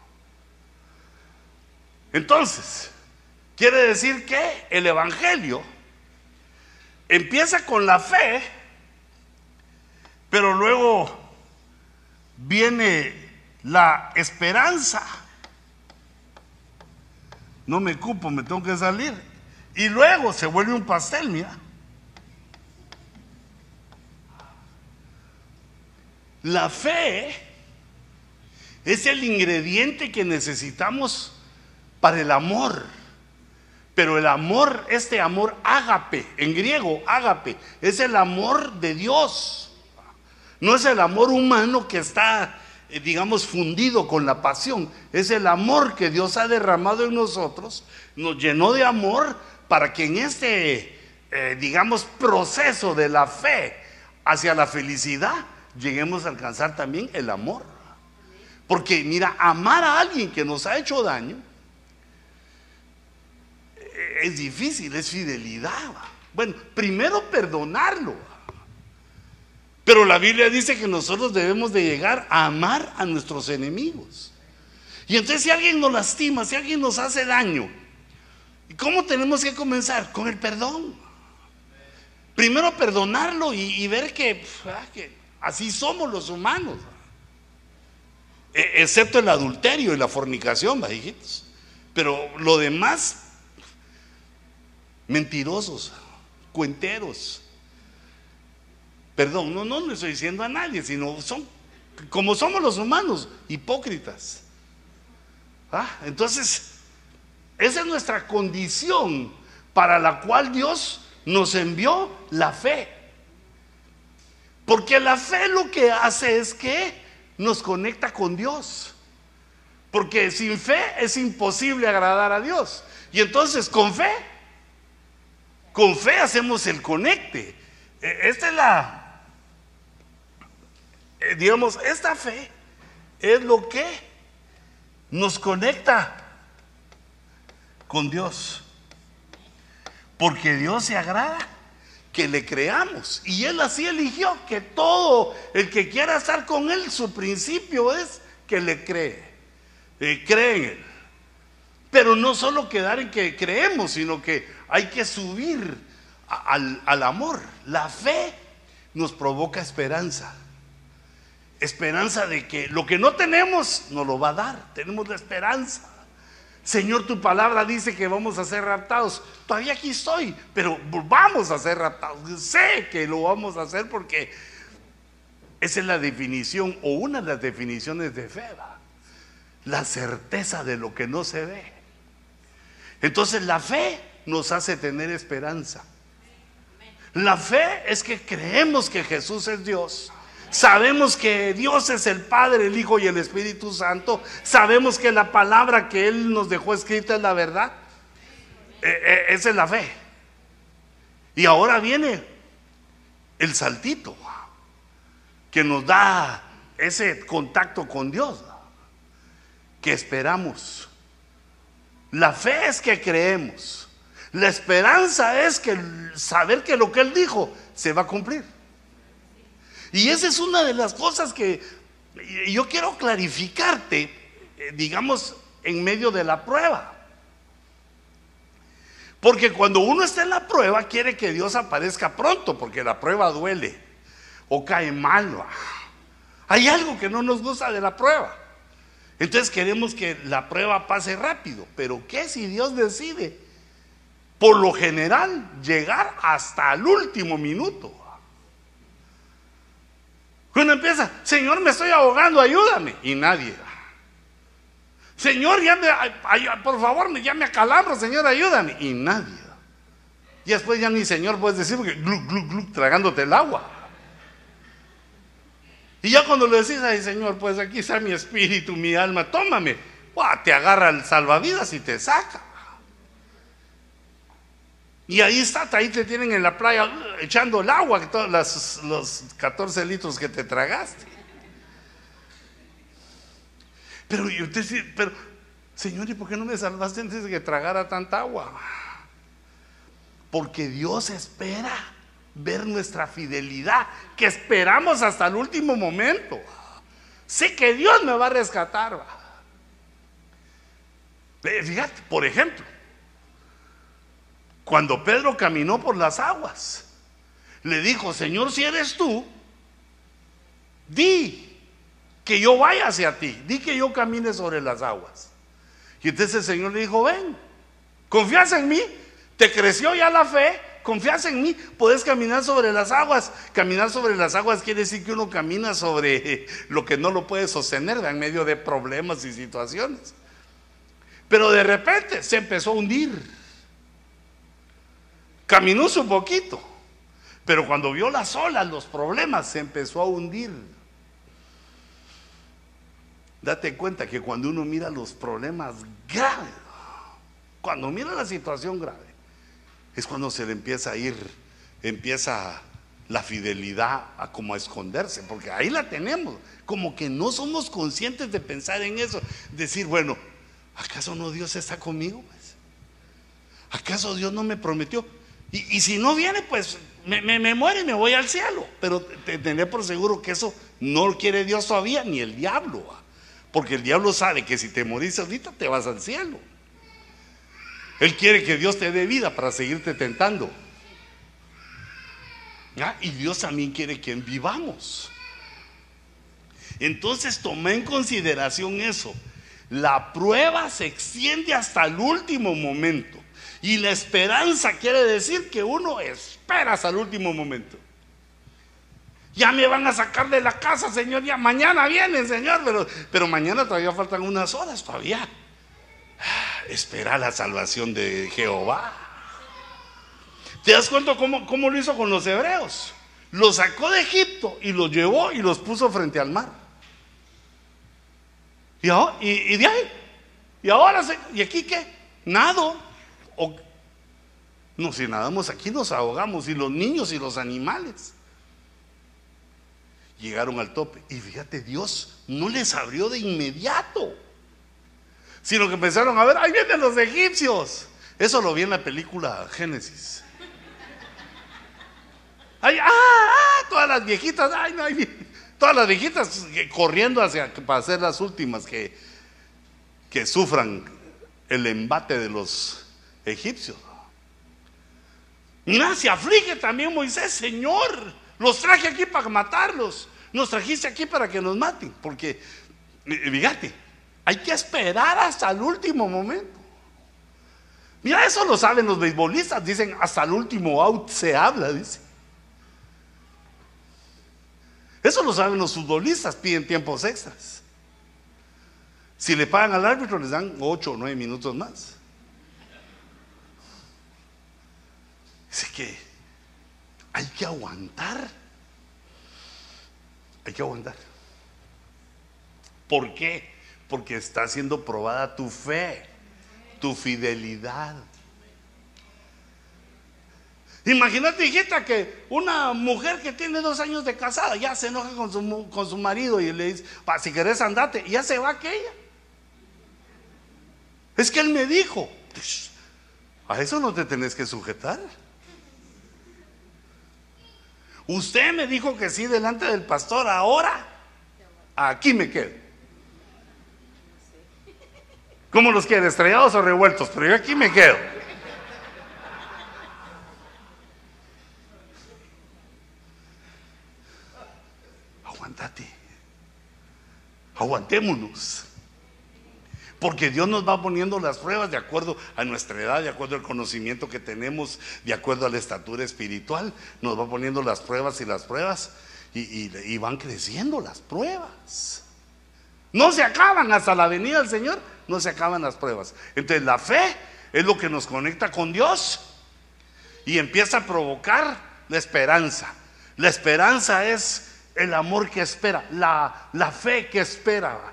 Entonces, quiere decir que el evangelio empieza con la fe, pero luego viene la esperanza. No me cupo, me tengo que salir. Y luego se vuelve un pastel, mira. La fe es el ingrediente que necesitamos para el amor. Pero el amor, este amor ágape, en griego ágape, es el amor de Dios. No es el amor humano que está, eh, digamos, fundido con la pasión. Es el amor que Dios ha derramado en nosotros, nos llenó de amor para que en este, eh, digamos, proceso de la fe hacia la felicidad, lleguemos a alcanzar también el amor. Porque mira, amar a alguien que nos ha hecho daño es difícil, es fidelidad. Bueno, primero perdonarlo, pero la Biblia dice que nosotros debemos de llegar a amar a nuestros enemigos. Y entonces si alguien nos lastima, si alguien nos hace daño, ¿cómo tenemos que comenzar? Con el perdón. Primero perdonarlo y, y ver que, que así somos los humanos, excepto el adulterio y la fornicación, hijitos. Pero lo demás, mentirosos, cuenteros. Perdón, no, no le estoy diciendo a nadie, sino son como somos los humanos, hipócritas. ¿Ah? Entonces, esa es nuestra condición para la cual Dios nos envió la fe. Porque la fe lo que hace es que nos conecta con Dios. Porque sin fe es imposible agradar a Dios. Y entonces con fe, con fe hacemos el conecte. Esta es la, digamos, esta fe es lo que nos conecta con Dios. Porque Dios se agrada que le creamos, y Él así eligió que todo el que quiera estar con Él, su principio es que le cree, eh, cree en Él. Pero no solo quedar en que creemos, sino que hay que subir a, al, al amor. La fe nos provoca esperanza, esperanza de que lo que no tenemos nos lo va a dar. Tenemos la esperanza. Señor, tu palabra dice que vamos a ser raptados. Todavía aquí estoy, pero vamos a ser raptados. Sé que lo vamos a hacer porque esa es la definición, o una de las definiciones de fe, ¿va? La certeza de lo que no se ve. Entonces la fe nos hace tener esperanza. La fe es que creemos que Jesús es Dios. Sabemos que Dios es el Padre, el Hijo y el Espíritu Santo. Sabemos que la palabra que Él nos dejó escrita es la verdad. eh, eh, Esa es la fe. Y ahora viene el saltito que nos da ese contacto con Dios, que esperamos. La fe es que creemos. La esperanza es que saber que lo que Él dijo se va a cumplir. Y esa es una de las cosas que yo quiero clarificarte eh, digamos, en medio de la prueba. Porque cuando uno está en la prueba, quiere que Dios aparezca pronto, porque la prueba duele o cae mal. Hay algo que no nos gusta de la prueba. Entonces queremos que la prueba pase rápido. Pero ¿qué si Dios decide, por lo general, llegar hasta el último minuto? Uno empieza, Señor, me estoy ahogando, ayúdame. Y nadie. Señor, ya me, ay, por favor, ya me acalambro, Señor, ayúdame. Y nadie. Y después ya ni Señor puedes decir, porque gluc, gluc, gluc, tragándote el agua. Y ya cuando le decís, ay Señor, pues aquí está mi espíritu, mi alma, tómame. ¡Buah! Te agarra el salvavidas y te saca. Y ahí está, ahí te tienen en la playa echando el agua, todos los, los catorce litros que te tragaste. Pero yo te decía, pero Señor, ¿y por qué no me salvaste antes de que tragara tanta agua? Porque Dios espera ver nuestra fidelidad, que esperamos hasta el último momento. Sé que Dios me va a rescatar. Fíjate, por ejemplo, cuando Pedro caminó por las aguas, le dijo, Señor, si eres tú, di que yo vaya hacia ti, di que yo camine sobre las aguas. Y entonces el Señor le dijo, ven, confías en mí, te creció ya la fe, confías en mí, puedes caminar sobre las aguas. Caminar sobre las aguas quiere decir que uno camina sobre lo que no lo puede sostener en medio de problemas y situaciones. Pero de repente se empezó a hundir. Caminó un poquito, pero cuando vio las olas, los problemas, se empezó a hundir. Date cuenta que cuando uno mira los problemas graves, cuando mira la situación grave, es cuando se le empieza a ir, empieza la fidelidad a como a esconderse, porque ahí la tenemos, como que no somos conscientes de pensar en eso, decir, bueno, ¿acaso no Dios está conmigo? Pues? ¿Acaso Dios no me prometió? Y, y si no viene, pues me, me, me muero y me voy al cielo. Pero te, tener por seguro que eso no lo quiere Dios todavía, ni el diablo, porque el diablo sabe que si te morís ahorita te vas al cielo. Él quiere que Dios te dé vida para seguirte tentando. ¿Ya? Y Dios también quiere que vivamos. Entonces toma en consideración eso. La prueba se extiende hasta el último momento. Y la esperanza quiere decir que uno espera hasta el último momento. Ya me van a sacar de la casa, Señor, ya mañana vienen, Señor, pero, pero mañana todavía faltan unas horas todavía. Espera la salvación de Jehová. ¿Te das cuenta cómo, cómo lo hizo con los hebreos? Los sacó de Egipto y los llevó y los puso frente al mar. Y, ahora, y, y de ahí, y ahora, ¿y aquí qué? Nado. O, no, si nadamos aquí nos ahogamos, y los niños y los animales. Llegaron al tope. Y fíjate, Dios no les abrió de inmediato, sino que pensaron, a ver, ahí vienen los egipcios. Eso lo vi en la película Génesis. Ay, ah, ah, todas las viejitas, ay, no, ay, todas las viejitas corriendo hacia para ser las últimas que, que sufran el embate de los egipcios. Mira, se aflige también Moisés, Señor, los traje aquí para matarlos, nos trajiste aquí para que nos maten, porque, fíjate, hay que esperar hasta el último momento. Mira, eso lo saben los beisbolistas, dicen hasta el último out se habla, dice. Eso lo saben los futbolistas, piden tiempos extras. Si le pagan al árbitro les dan ocho o nueve minutos más. Así que hay que aguantar. Hay que aguantar. ¿Por qué? Porque está siendo probada tu fe, tu fidelidad. Imagínate, hijita, que una mujer que tiene dos años de casada ya se enoja con su, con su marido y le dice, pa, si querés andate, y ya se va aquella. Es que él me dijo, a eso no te tenés que sujetar. Usted me dijo que sí delante del pastor, ahora aquí me quedo. ¿Cómo los quiere? ¿Estrellados o revueltos? Pero yo aquí me quedo. Aguántate. Aguantémonos. Porque Dios nos va poniendo las pruebas de acuerdo a nuestra edad, de acuerdo al conocimiento que tenemos, de acuerdo a la estatura espiritual. Nos va poniendo las pruebas y las pruebas y, y, y van creciendo las pruebas. No se acaban hasta la venida del Señor, no se acaban las pruebas. Entonces la fe es lo que nos conecta con Dios y empieza a provocar la esperanza. La esperanza es el amor que espera, la, la fe que espera,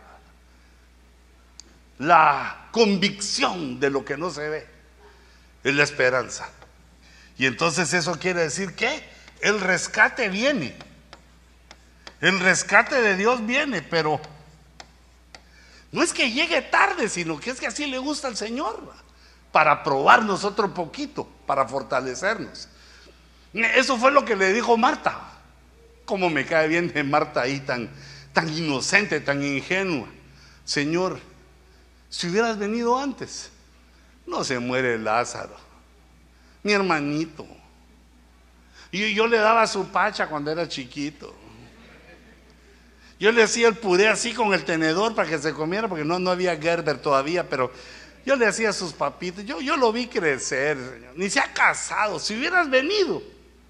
la convicción de lo que no se ve, es la esperanza. Y entonces eso quiere decir que el rescate viene, el rescate de Dios viene, pero no es que llegue tarde, sino que es que así le gusta al Señor, ¿va? Para probarnos otro poquito, para fortalecernos. Eso fue lo que le dijo Marta. Cómo me cae bien de Marta ahí, tan, tan inocente, tan ingenua. Señor, si hubieras venido antes, no se muere Lázaro, mi hermanito. Y yo le daba su pacha cuando era chiquito. Yo le hacía el puré así con el tenedor para que se comiera, porque no, no había Gerber todavía, pero yo le hacía sus papitas. Yo, yo lo vi crecer, Señor. Ni se ha casado. Si hubieras venido,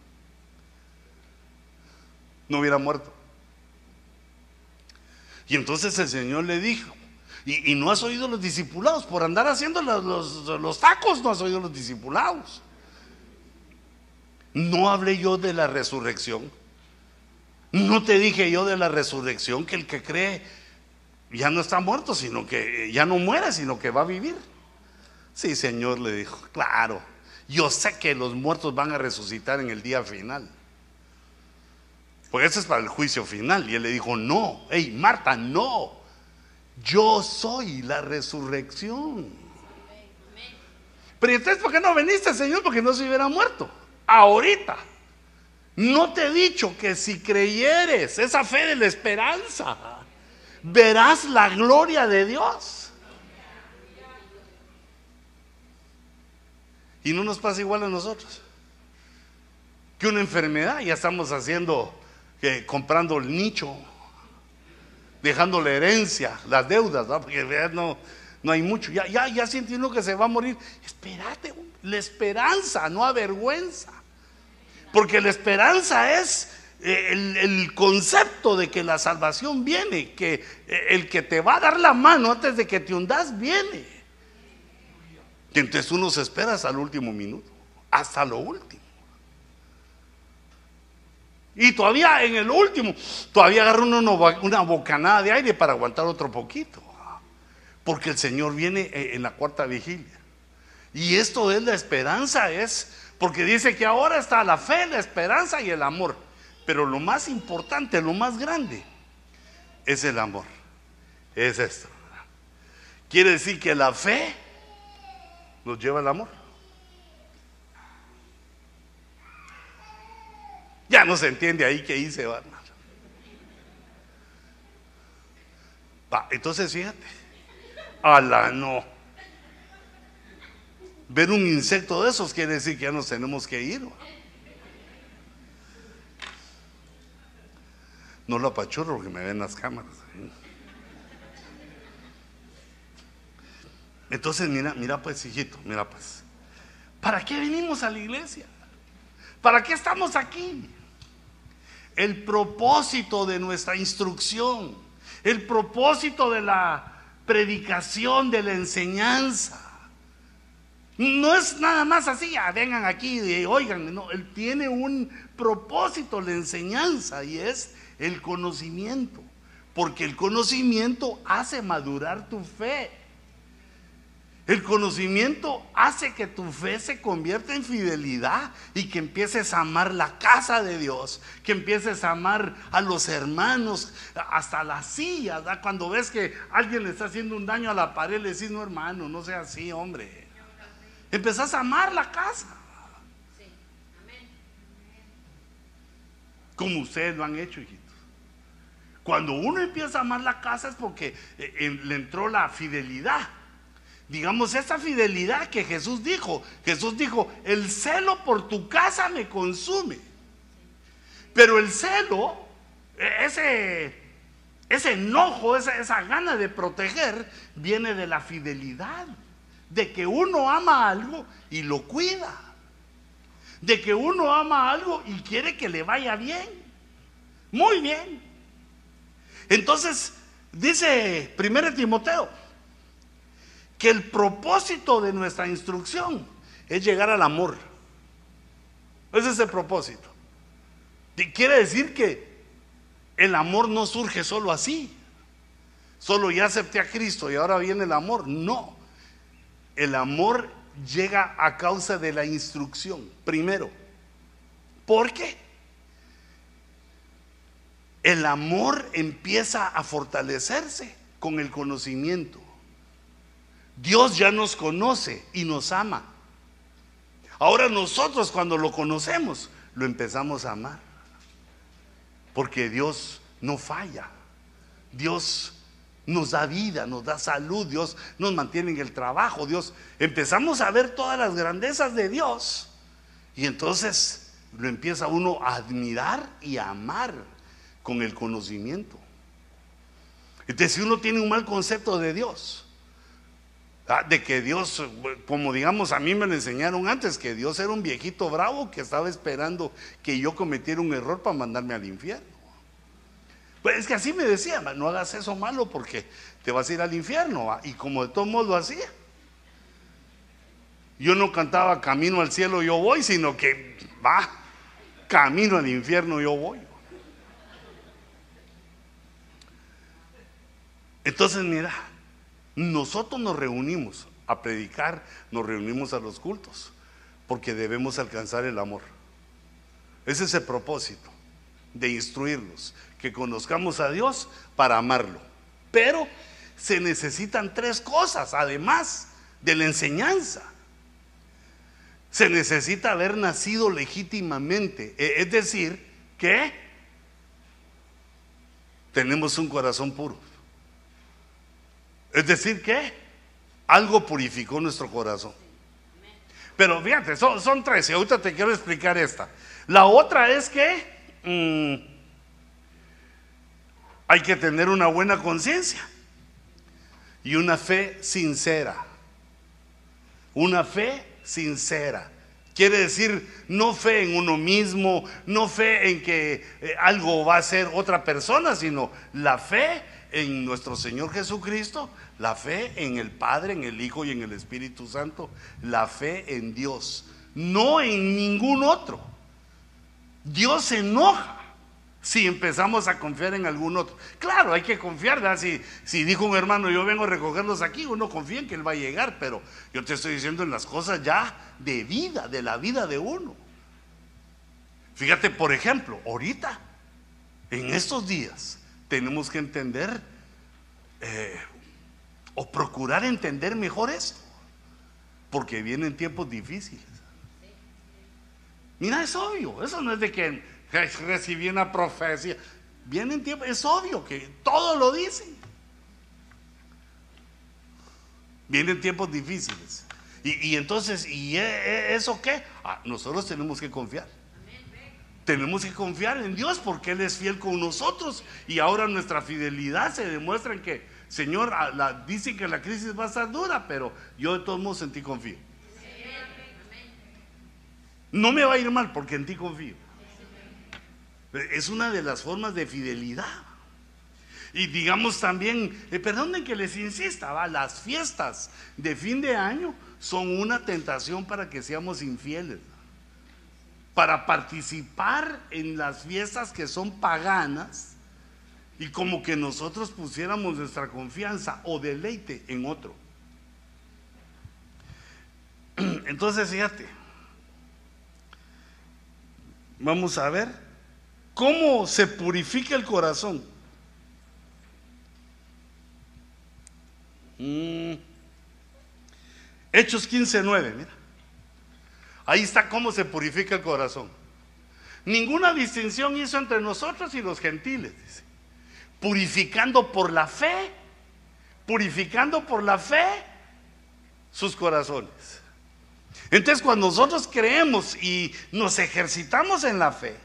no hubiera muerto. Y entonces el Señor le dijo, y, y no has oído los discipulados, por andar haciendo los, los, los tacos, no has oído los discipulados. No hablé yo de la resurrección. No te dije yo de la resurrección, que el que cree ya no está muerto, sino que ya no muere, sino que va a vivir. Sí, Señor, le dijo, claro, yo sé que los muertos van a resucitar en el día final. Pues eso es para el juicio final. Y él le dijo, no, hey, Marta, no, yo soy la resurrección. Pero entonces, ¿por qué no veniste, Señor? Porque no se hubiera muerto ahorita. No te he dicho que si creyeres, esa fe de la esperanza, verás la gloria de Dios. Y no nos pasa igual a nosotros, que una enfermedad ya estamos haciendo, eh, comprando el nicho, dejando la herencia, las deudas, ¿no? Porque no, no hay mucho, ya, ya, ya siente uno que se va a morir. Espérate, la esperanza no avergüenza. Porque la esperanza es el, el concepto de que la salvación viene, que el que te va a dar la mano antes de que te hundas viene. Y entonces uno se espera hasta el último minuto, hasta lo último. Y todavía en el último, todavía agarra uno una bocanada de aire para aguantar otro poquito. Porque el Señor viene en la cuarta vigilia. Y esto es la esperanza, es... Porque dice que ahora está la fe, la esperanza y el amor. Pero lo más importante, lo más grande, es el amor. Es esto. Quiere decir que la fe nos lleva al amor. Ya no se entiende ahí qué hice, va, hermano. Va, entonces fíjate. Ala, no. Ver un insecto de esos quiere decir que ya nos tenemos que ir. No lo apachurro porque me ven las cámaras. Entonces mira, mira pues, hijito, mira pues, ¿para qué venimos a la iglesia? ¿Para qué estamos aquí? El propósito de nuestra instrucción, el propósito de la predicación, de la enseñanza, no es nada más así, ah, vengan aquí y oigan, no, él tiene un propósito, la enseñanza, y es el conocimiento, porque el conocimiento hace madurar tu fe. El conocimiento hace que tu fe se convierta en fidelidad y que empieces a amar la casa de Dios, que empieces a amar a los hermanos, hasta la silla, ¿verdad? Cuando ves que alguien le está haciendo un daño a la pared, le decís, no, hermano, no sea así, hombre. Empezás a amar la casa. Sí. Amén. Como ustedes lo han hecho, hijitos. Cuando uno empieza a amar la casa es porque eh, eh, le entró la fidelidad. digamos, esa fidelidad que Jesús dijo. Jesús dijo, el celo por tu casa me consume. Pero el celo, ese, ese enojo, esa, esa gana de proteger, viene de la fidelidad. De que uno ama algo y lo cuida. De que uno ama algo y quiere que le vaya bien. Muy bien. Entonces, dice primero Timoteo, que el propósito de nuestra instrucción es llegar al amor. Ese es el propósito. Y quiere decir que el amor no surge solo así. Solo ya acepté a Cristo y ahora viene el amor. No. El amor llega a causa de la instrucción, primero. ¿Por qué? El amor empieza a fortalecerse con el conocimiento. Dios ya nos conoce y nos ama. Ahora nosotros, cuando lo conocemos, lo empezamos a amar. Porque Dios no falla. Dios nos da vida, nos da salud, Dios nos mantiene en el trabajo, Dios, empezamos a ver todas las grandezas de Dios y entonces lo empieza uno a admirar y a amar con el conocimiento. Entonces, si uno tiene un mal concepto de Dios, de que Dios, como digamos, a mí me lo enseñaron antes, que Dios era un viejito bravo que estaba esperando que yo cometiera un error para mandarme al infierno. Pues es que así me decía, no hagas eso malo porque te vas a ir al infierno, ¿va? Y como de todos modos lo hacía. Yo no cantaba camino al cielo yo voy, sino que va, camino al infierno yo voy. Entonces mira, nosotros nos reunimos a predicar, nos reunimos a los cultos, porque debemos alcanzar el amor. Ese es el propósito, de instruirlos, que conozcamos a Dios para amarlo. Pero se necesitan tres cosas, además de la enseñanza. Se necesita haber nacido legítimamente, es decir, que tenemos un corazón puro. Es decir, que algo purificó nuestro corazón. Pero fíjate, son, son tres, y ahorita te quiero explicar esta. La otra es que mmm, hay que tener una buena conciencia y una fe sincera. Una fe sincera. Quiere decir, no fe en uno mismo, no fe en que eh, algo va a ser otra persona, sino la fe en nuestro Señor Jesucristo, la fe en el Padre, en el Hijo y en el Espíritu Santo, la fe en Dios, no en ningún otro. Dios se enoja si empezamos a confiar en algún otro. Claro, hay que confiar, ¿verdad? Si, si dijo un hermano, yo vengo a recogerlos aquí, uno confía en que Él va a llegar, pero yo te estoy diciendo en las cosas ya de vida, de la vida de uno. Fíjate, por ejemplo, ahorita, en estos días, tenemos que entender eh, o procurar entender mejor esto, porque vienen tiempos difíciles. Mira, es obvio, eso no es de que recibí una profecía. Vienen tiempos, es obvio que todo lo dicen. Vienen tiempos difíciles. Y, y entonces, ¿y eso qué? Ah, nosotros tenemos que confiar. Tenemos que confiar en Dios porque Él es fiel con nosotros. Y ahora nuestra fidelidad se demuestra en que, Señor, la, dicen que la crisis va a estar dura, pero yo de todos modos en ti confío. No me va a ir mal porque en ti confío. Es una de las formas de fidelidad. Y digamos también, eh, perdonen que les insista, ¿va? Las fiestas de fin de año son una tentación para que seamos infieles, para participar en las fiestas que son paganas y como que nosotros pusiéramos nuestra confianza o deleite en otro. Entonces fíjate, vamos a ver cómo se purifica el corazón. Mm. Hechos quince nueve, mira. Ahí está cómo se purifica el corazón. Ninguna distinción hizo entre nosotros y los gentiles, dice. Purificando por la fe, purificando por la fe sus corazones. Entonces, cuando nosotros creemos y nos ejercitamos en la fe,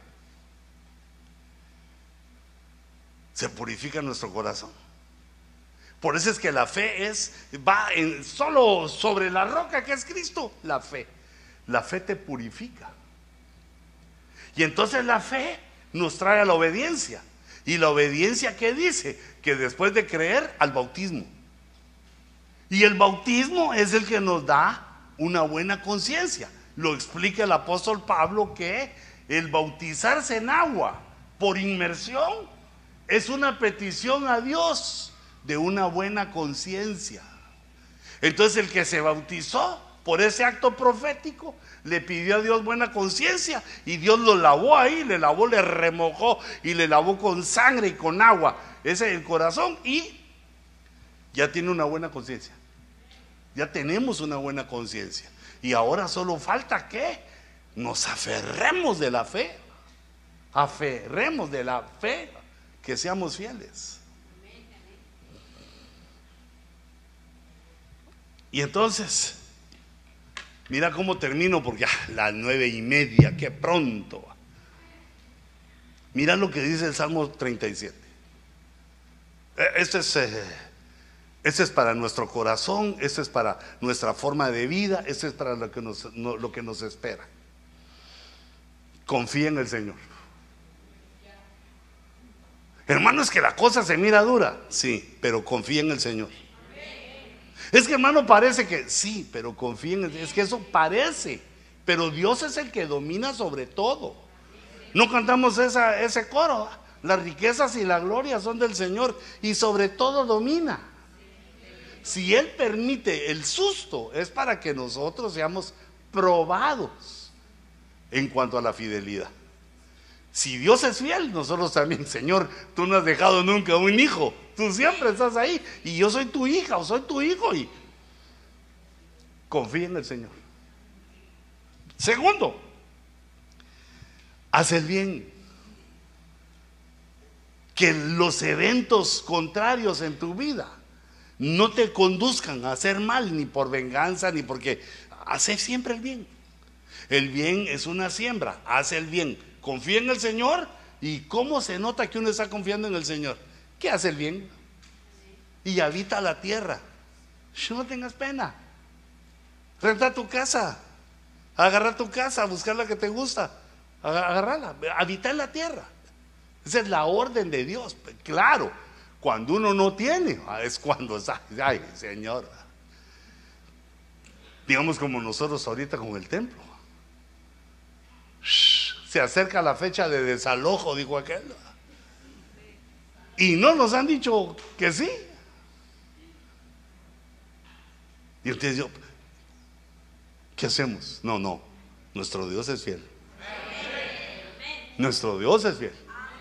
se purifica nuestro corazón. Por eso es que la fe es, va en, solo sobre la roca que es Cristo, la fe. La fe te purifica. Y entonces la fe nos trae a la obediencia. ¿Y la obediencia qué dice? Que después de creer, al bautismo. Y el bautismo es el que nos da una buena conciencia. Lo explica el apóstol Pablo, que el bautizarse en agua por inmersión es una petición a Dios de una buena conciencia. Entonces el que se bautizó por ese acto profético le pidió a Dios buena conciencia, y Dios lo lavó ahí, le lavó, le remojó y le lavó con sangre y con agua ese es el corazón, y ya tiene una buena conciencia. Ya tenemos una buena conciencia, y ahora solo falta que nos aferremos de la fe, aferremos de la fe, que seamos fieles. Y entonces, mira cómo termino, porque ah, las nueve y media, qué pronto. Mira lo que dice el Salmo treinta y siete. Este es, eh, este es para nuestro corazón, este es para nuestra forma de vida, este es para lo que nos, no, lo que nos espera. Confía en el Señor. Hermano, es que la cosa se mira dura, sí, pero confía en el Señor. Es que, hermano, parece que sí, pero confíen, es que eso parece, pero Dios es el que domina sobre todo. No cantamos esa, ese coro: las riquezas y la gloria son del Señor, y sobre todo domina. Si Él permite el susto, es para que nosotros seamos probados en cuanto a la fidelidad. Si Dios es fiel, nosotros también. Señor, tú no has dejado nunca un hijo, tú siempre estás ahí, y yo soy tu hija o soy tu hijo, y confía en el Señor. Segundo, haz el bien. Que los eventos contrarios en tu vida no te conduzcan a hacer mal, ni por venganza, ni porque hacer siempre el bien. El bien es una siembra, haz el bien. Confía en el Señor. ¿Y cómo se nota que uno está confiando en el Señor? Que hace el bien y habita la tierra. No tengas pena. Renta tu casa, agarra tu casa, buscar la que te gusta, agarrarla, habita en la tierra. Esa es la orden de Dios. Claro, cuando uno no tiene, es cuando está, ay, Señor. Digamos como nosotros ahorita con el templo. Se acerca la fecha de desalojo, dijo aquel, y no nos han dicho que sí. Y entonces yo, ¿qué hacemos? No, no, nuestro Dios es fiel. Nuestro Dios es fiel.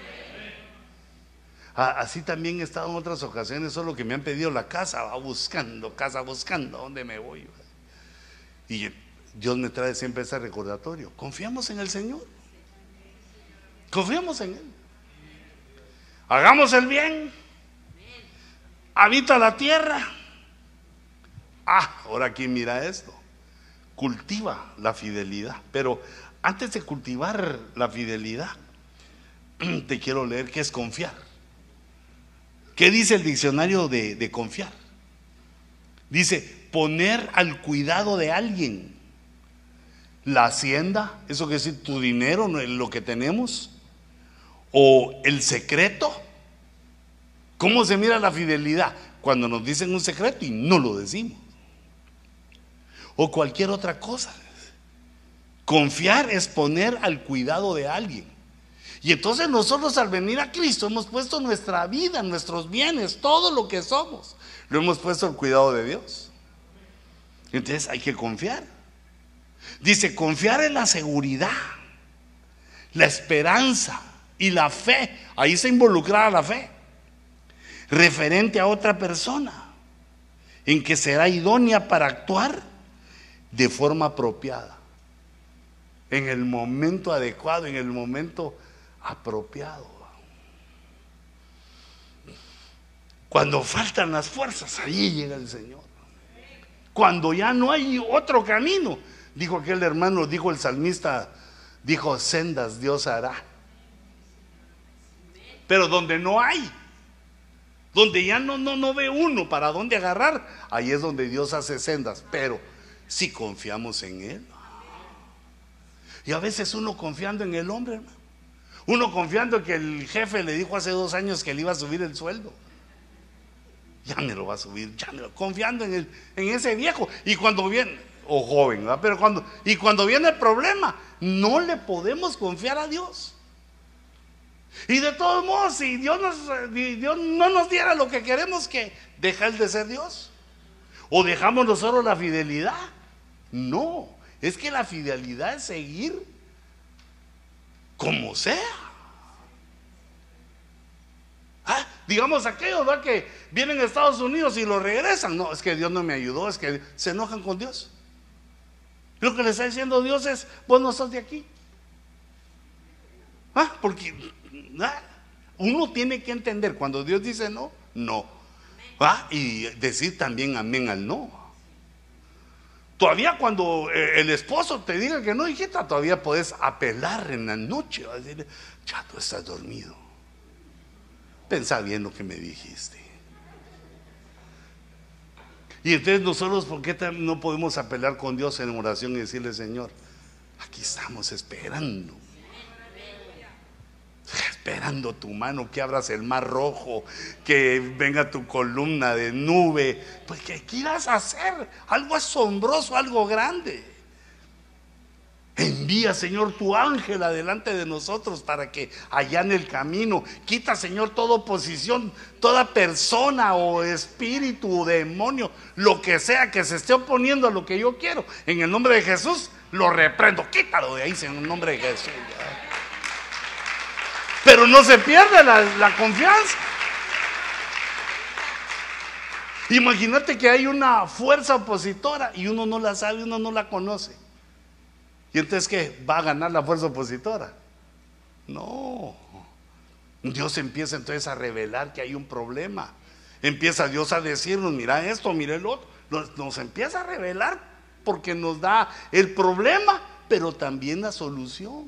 Así también he estado en otras ocasiones, solo que me han pedido la casa, va buscando, casa buscando, ¿dónde me voy? Y Dios me trae siempre ese recordatorio: confiamos en el Señor. Confiamos en Él. Hagamos el bien. Habita la tierra. Ah, ahora aquí mira esto. Cultiva la fidelidad. Pero antes de cultivar la fidelidad, te quiero leer qué es confiar. ¿Qué dice el diccionario de, de confiar? Dice: poner al cuidado de alguien. La hacienda, eso quiere decir tu dinero, lo que tenemos, o el secreto. ¿Cómo se mira la fidelidad? Cuando nos dicen un secreto y no lo decimos, o cualquier otra cosa. Confiar es poner al cuidado de alguien. Y entonces nosotros, al venir a Cristo, hemos puesto nuestra vida, nuestros bienes, todo lo que somos, lo hemos puesto al cuidado de Dios. Entonces hay que confiar. Dice: confiar en la seguridad, la esperanza y la fe. Ahí se involucra la fe referente a otra persona, en que será idónea para actuar de forma apropiada, en el momento adecuado, en el momento apropiado. Cuando faltan las fuerzas, ahí llega el Señor. cuando ya no hay otro camino. Dijo aquel hermano, dijo el salmista, dijo, sendas Dios hará. Pero donde no hay, donde ya no, no, no ve uno para dónde agarrar, ahí es donde Dios hace sendas. Pero si confiamos en Él. Y a veces uno confiando en el hombre, hermano. Uno confiando que el jefe le dijo hace dos años que le iba a subir el sueldo. Ya me lo va a subir, ya me lo, confiando en, el, en ese viejo. Y cuando viene, o joven, ¿verdad? Pero cuando, y cuando viene el problema, no le podemos confiar a Dios. Y de todos modos, si Dios, nos, si Dios no nos diera lo que queremos, ¿qué? ¿Deja Él de ser Dios? ¿O dejamos nosotros la fidelidad? No, es que la fidelidad es seguir como sea. Ah, digamos aquellos, ¿verdad?, que vienen a Estados Unidos y lo regresan. No, es que Dios no me ayudó, es que se enojan con Dios. Lo que le está diciendo Dios es, vos no sos de aquí. Ah, porque ah, uno tiene que entender cuando Dios dice no, no. Ah, y decir también amén al no. Todavía cuando el esposo te diga que no, hijita, todavía puedes apelar en la noche, a decirle, ya tú estás dormido. Pensá bien lo que me dijiste. Y entonces nosotros, ¿por qué no podemos apelar con Dios en oración y decirle, Señor, aquí estamos esperando, esperando tu mano, que abras el mar rojo, que venga tu columna de nube, pues que quieras hacer algo asombroso, algo grande? Envía, Señor, tu ángel adelante de nosotros para que allane el camino. Quita, Señor, toda oposición, toda persona o espíritu o demonio, lo que sea que se esté oponiendo a lo que yo quiero. En el nombre de Jesús lo reprendo. Quítalo de ahí en el nombre de Jesús. Pero no se pierde la, la confianza. Imagínate que hay una fuerza opositora y uno no la sabe, uno no la conoce. ¿Y entonces qué? ¿Va a ganar la fuerza opositora? No. Dios empieza entonces a revelar que hay un problema. Empieza Dios a decirnos, mira esto, mira el otro. Nos, nos empieza a revelar porque nos da el problema, pero también la solución.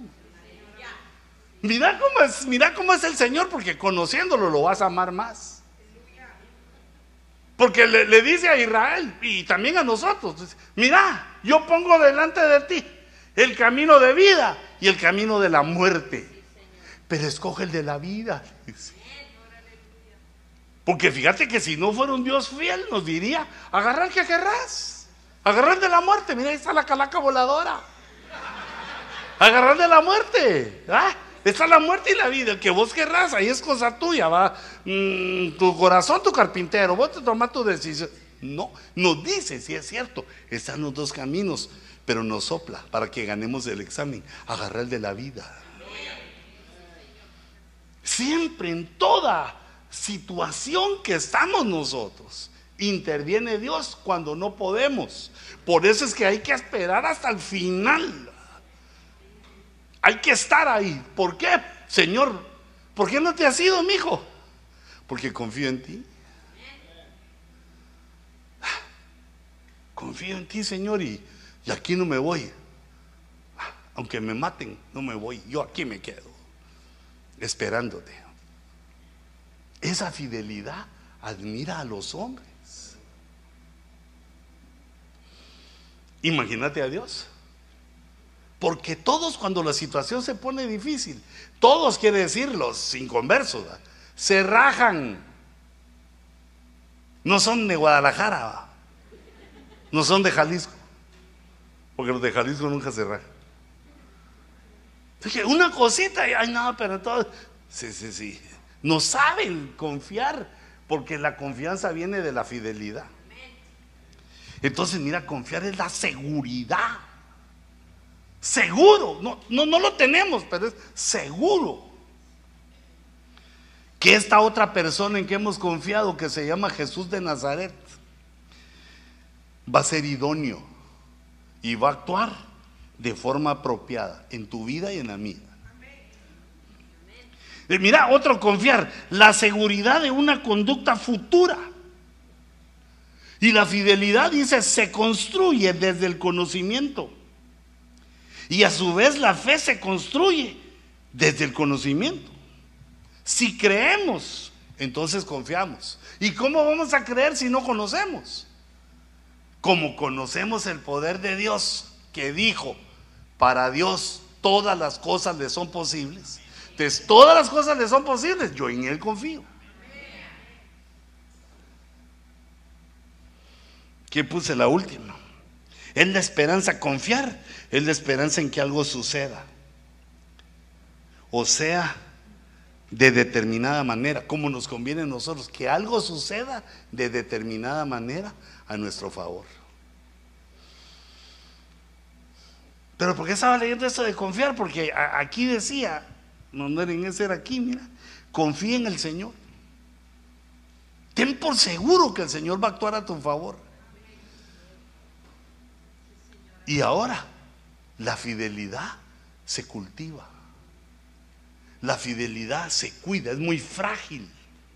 Mira cómo es, mira cómo es el Señor, porque conociéndolo lo vas a amar más. Porque le, le dice a Israel y también a nosotros, mira, yo pongo delante de ti el camino de vida y el camino de la muerte, pero escoge el de la vida. Porque fíjate que si no fuera un Dios fiel, nos diría, agarra el que querrás, agarra el de la muerte. Mira, ahí está la calaca voladora, agarra el de la muerte. ¿Ah? Está la muerte y la vida, el que vos querrás, ahí es cosa tuya, va. Mm, tu corazón, tu carpintero, vos te tomás tu decisión. No, nos dice, si es cierto, están los dos caminos, pero nos sopla para que ganemos el examen, agarrar el de la vida. Siempre, en toda situación que estamos nosotros, interviene Dios cuando no podemos. Por eso es que hay que esperar hasta el final. Hay que estar ahí. ¿Por qué, Señor? ¿Por qué no te has ido, mijo? Porque confío en ti. Confío en ti, Señor, y Y aquí no me voy. Aunque me maten, no me voy. Yo aquí me quedo, esperándote. Esa fidelidad admira a los hombres. Imagínate a Dios. Porque todos, cuando la situación se pone difícil, todos, quiere decir los inconversos, ¿verdad?, se rajan. No son de Guadalajara, no son de Jalisco. Porque los de Jalisco nunca se rajan. Dije, una cosita, y ay no, pero todo. Sí, sí, sí. No saben confiar, porque la confianza viene de la fidelidad. Entonces, mira, confiar es la seguridad. Seguro, no, no, no lo tenemos, pero es seguro que esta otra persona en que hemos confiado, que se llama Jesús de Nazaret, va a ser idóneo y va a actuar de forma apropiada en tu vida y en la mía. Eh, mira, otro confiar, la seguridad de una conducta futura. Y la fidelidad, dice, se construye desde el conocimiento. Y a su vez la fe se construye desde el conocimiento. Si creemos, entonces confiamos. ¿Y cómo vamos a creer si no conocemos? Como conocemos el poder de Dios, que dijo, para Dios todas las cosas le son posibles. Entonces, todas las cosas le son posibles, yo en Él confío. ¿Qué puse la última? Es la esperanza, confiar es la esperanza en que algo suceda. O sea, de determinada manera, como nos conviene a nosotros, que algo suceda de determinada manera a nuestro favor. Pero ¿por qué estaba leyendo esto de confiar? Porque aquí decía, no, no era en ese, era aquí, mira, confía en el Señor. Ten por seguro que el Señor va a actuar a tu favor. Y ahora, la fidelidad se cultiva. La fidelidad se cuida, es muy frágil.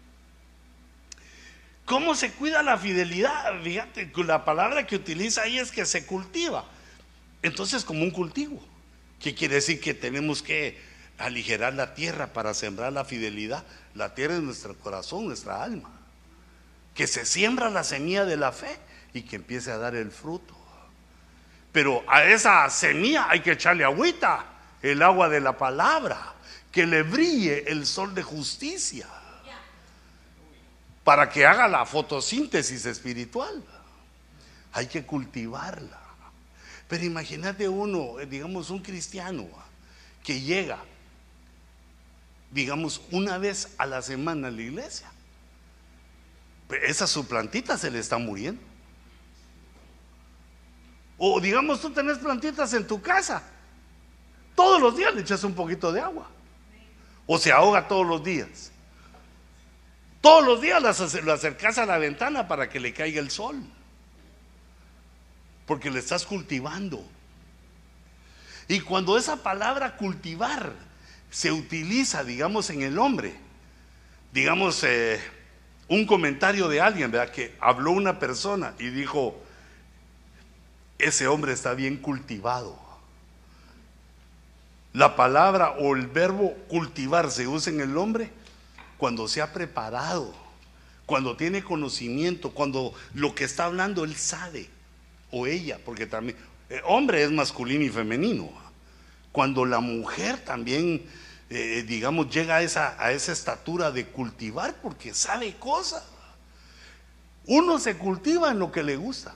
¿Cómo se cuida la fidelidad? Fíjate, la palabra que utiliza ahí es que se cultiva. Entonces, como un cultivo, ¿qué quiere decir? Que tenemos que aligerar la tierra para sembrar la fidelidad. La tierra es nuestro corazón, nuestra alma. Que se siembra la semilla de la fe y que empiece a dar el fruto. Pero a esa semilla hay que echarle agüita, el agua de la palabra, que le brille el sol de justicia, para que haga la fotosíntesis espiritual. Hay que cultivarla. Pero imagínate uno, digamos un cristiano, que llega, digamos una vez a la semana a la iglesia. Esa su plantita se le está muriendo. O digamos tú tenés plantitas en tu casa, todos los días le echas un poquito de agua. O se ahoga todos los días. Todos los días lo acercas a la ventana para que le caiga el sol, porque le estás cultivando. Y cuando esa palabra cultivar se utiliza, digamos, en el hombre, digamos, eh, un comentario de alguien, ¿verdad? Que habló una persona y dijo, ese hombre está bien cultivado. La palabra o el verbo cultivar se usa en el hombre cuando se ha preparado, cuando tiene conocimiento, cuando lo que está hablando él sabe, o ella, porque también eh, hombre es masculino y femenino. Cuando la mujer también eh, digamos llega a esa, a esa estatura de cultivar, porque sabe cosas. Uno se cultiva en lo que le gusta.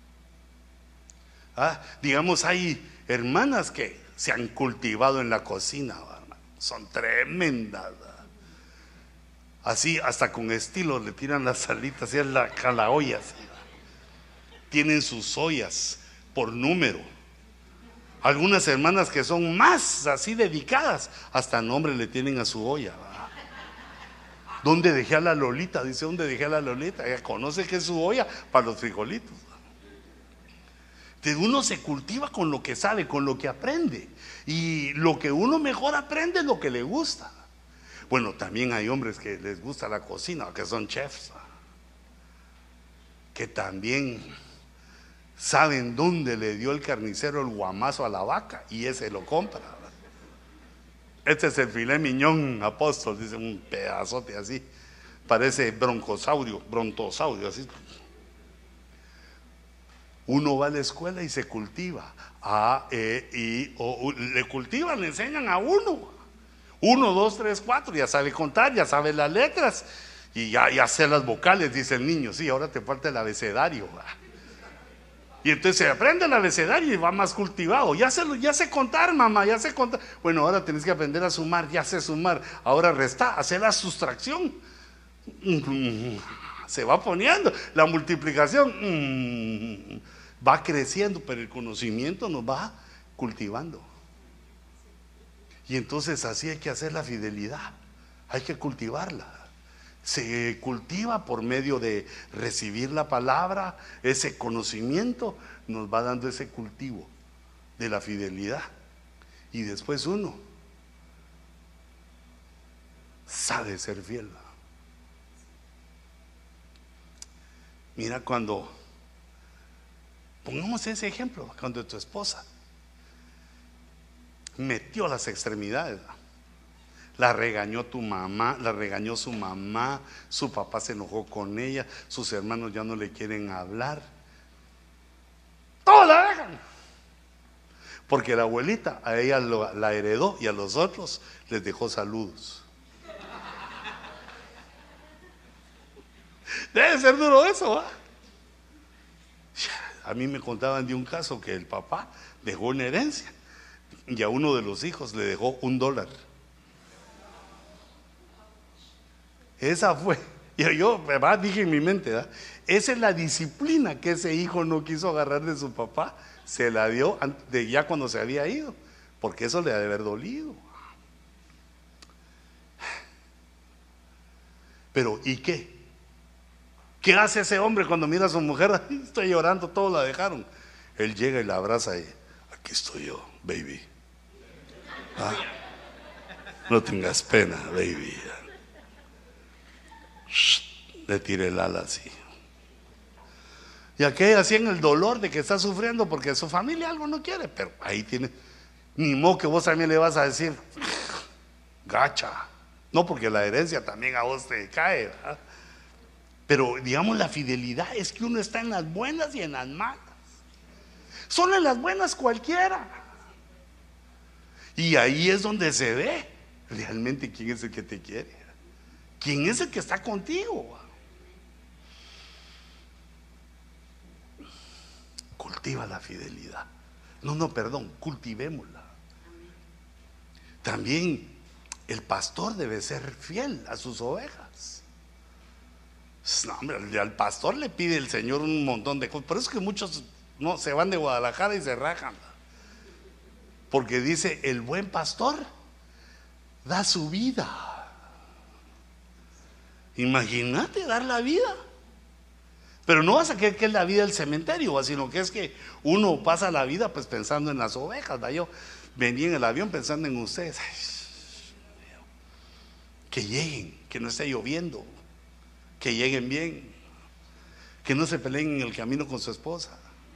Ah, digamos, hay hermanas que se han cultivado en la cocina, ¿verdad? Son tremendas, ¿verdad? Así, hasta con estilo, le tiran las salitas, así a la, a la olla, así. Tienen sus ollas por número. Algunas hermanas que son más así dedicadas, hasta nombre le tienen a su olla, ¿verdad? ¿Dónde dejé a la Lolita? Dice, ¿dónde dejé a la Lolita? Ella conoce que es su olla para los frijolitos. Entonces uno se cultiva con lo que sabe, con lo que aprende. Y lo que uno mejor aprende es lo que le gusta. Bueno, también hay hombres que les gusta la cocina, que son chefs, que también saben dónde le dio el carnicero el guamazo a la vaca y ese lo compra. Este es el filé miñón, apóstol, dice, un pedazote así, parece broncosaurio, brontosaurio, así. Uno va a la escuela y se cultiva. A, E, I, O, U. Le cultivan, le enseñan a uno. Uno, dos, tres, cuatro. Ya sabe contar, ya sabe las letras. Y ya, ya sé las vocales, dice el niño. Sí, ahora te falta el abecedario. Y entonces se aprende el abecedario y va más cultivado. Ya sé, ya sé contar, mamá, ya sé contar. Bueno, ahora tenés que aprender a sumar, ya sé sumar. Ahora resta, hacer la sustracción. Se va poniendo. La multiplicación va creciendo, pero el conocimiento nos va cultivando. Y entonces así hay que hacer la fidelidad. Hay que cultivarla. Se cultiva por medio de recibir la palabra. Ese conocimiento nos va dando ese cultivo de la fidelidad. Y después uno sabe ser fiel. Mira, cuando, pongamos ese ejemplo, cuando tu esposa metió las extremidades, la regañó tu mamá, la regañó su mamá, su papá se enojó con ella, sus hermanos ya no le quieren hablar, todos la dejan, porque la abuelita a ella lo, la heredó y a los otros les dejó saludos. Debe ser duro eso, ¿eh? A mí me contaban de un caso que el papá dejó una herencia y a uno de los hijos le dejó un dólar. Esa fue, yo, yo ¿verdad? Dije en mi mente, ¿verdad? Esa es la disciplina que ese hijo no quiso agarrar de su papá, se la dio de ya cuando se había ido, porque eso le ha de haber dolido. Pero ¿y qué? ¿Qué hace ese hombre cuando mira a su mujer? Ay, estoy llorando, todos la dejaron. Él llega y la abraza y aquí estoy yo, baby. ¿Ah? No tengas pena, baby. Shh, le tiré el ala así. Y aquella así en el dolor de que está sufriendo porque su familia algo no quiere, pero ahí tiene, ni modo que vos también le vas a decir gacha. No, porque la herencia también a vos te cae, ¿verdad? Pero digamos, la fidelidad es que uno está en las buenas y en las malas. Solo en las buenas cualquiera. Y ahí es donde se ve realmente quién es el que te quiere, quién es el que está contigo. Cultiva la fidelidad. No, no, perdón, cultivémosla. También el pastor debe ser fiel a sus ovejas. No, hombre, al pastor le pide el Señor un montón de cosas. Por eso es que muchos no se van de Guadalajara y se rajan, porque dice: el buen pastor da su vida. Imagínate dar la vida. Pero no vas a creer que es la vida del cementerio, sino que es que uno pasa la vida pues pensando en las ovejas. ¿Va? Yo venía en el avión pensando en ustedes. Que lleguen, que no esté lloviendo, que lleguen bien, que no se peleen en el camino con su esposa.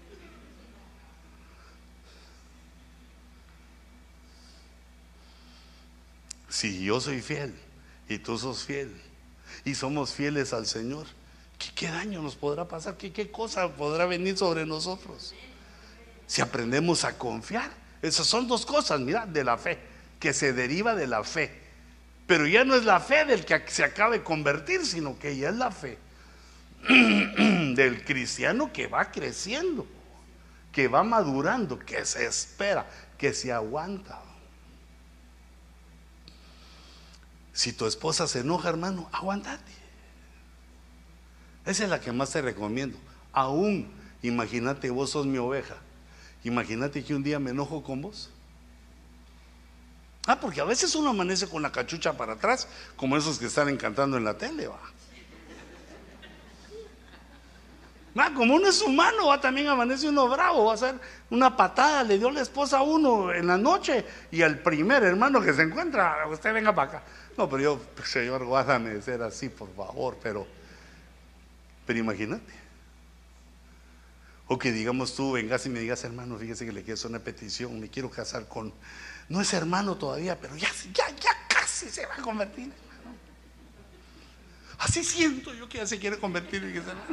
Si yo soy fiel y tú sos fiel y somos fieles al Señor, ¿qué, qué daño nos podrá pasar? ¿Qué, qué cosa podrá venir sobre nosotros? Si aprendemos a confiar. Esas son dos cosas, mira, de la fe, que se deriva de la fe. Pero ya no es la fe del que se acaba de convertir, sino que ya es la fe del cristiano que va creciendo, que va madurando, que se espera, que se aguanta. Si tu esposa se enoja, hermano, aguántate. Esa es la que más te recomiendo. Aún, imagínate, vos sos mi oveja. Imagínate que un día me enojo con vos. Ah, porque a veces uno amanece con la cachucha para atrás, como esos que están cantando en la tele, va. Ah, como uno es humano, va, también amanece uno bravo, va a ser una patada, le dio la esposa a uno en la noche, y al primer hermano que se encuentra, usted venga para acá. No, pero yo, Señor, guárdame de ser así, por favor, pero, pero imagínate. O que digamos tú vengas y me digas: hermano, fíjese que le quiero hacer una petición, me quiero casar con, no es hermano todavía, pero ya, ya, ya casi se va a convertir, hermano. Así siento yo que ya se quiere convertir, fíjese, hermano.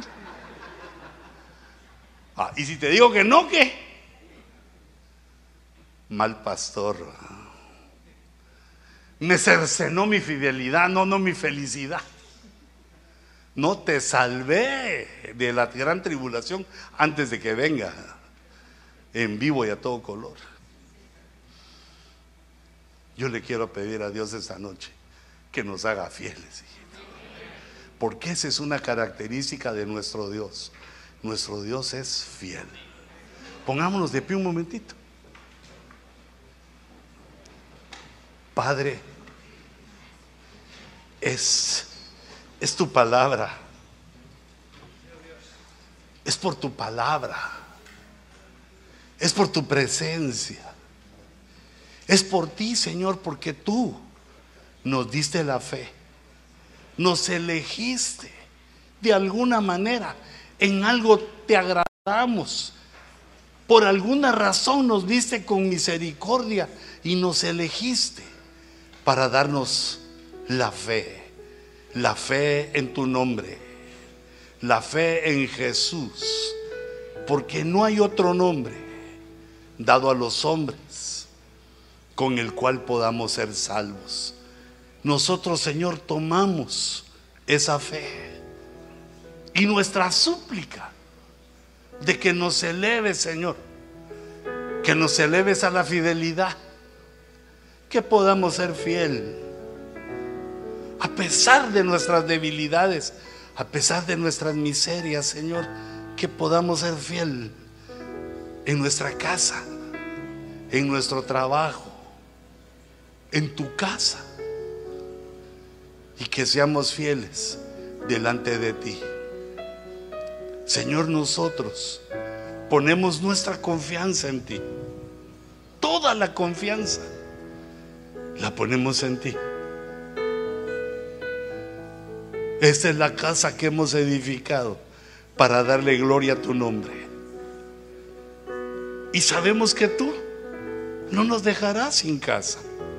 Ah, y si te digo que no, ¿qué? Mal pastor. Me cercenó mi fidelidad, no, no mi felicidad. No te salvé de la gran tribulación antes de que venga en vivo y a todo color. Yo le quiero pedir a Dios esta noche que nos haga fieles, hijito, porque esa es una característica de nuestro Dios. Nuestro Dios es fiel. Pongámonos de pie un momentito. Padre, es Es tu palabra. Es por tu palabra. Es por tu presencia. Es por ti, Señor, porque tú nos diste la fe. Nos elegiste de alguna manera en algo te agradamos. Por alguna razón nos viste con misericordia y nos elegiste para darnos la fe, la fe en tu nombre, la fe en Jesús, porque no hay otro nombre dado a los hombres con el cual podamos ser salvos. Nosotros, Señor, tomamos esa fe y nuestra súplica de que nos eleves, Señor, que nos eleves a la fidelidad, que podamos ser fiel a pesar de nuestras debilidades, a pesar de nuestras miserias, Señor, que podamos ser fiel en nuestra casa, en nuestro trabajo, en tu casa, y que seamos fieles delante de ti. Señor, nosotros ponemos nuestra confianza en ti. Toda la confianza la ponemos en ti. Esta es la casa que hemos edificado para darle gloria a tu nombre. Y sabemos que tú no nos dejarás sin casa,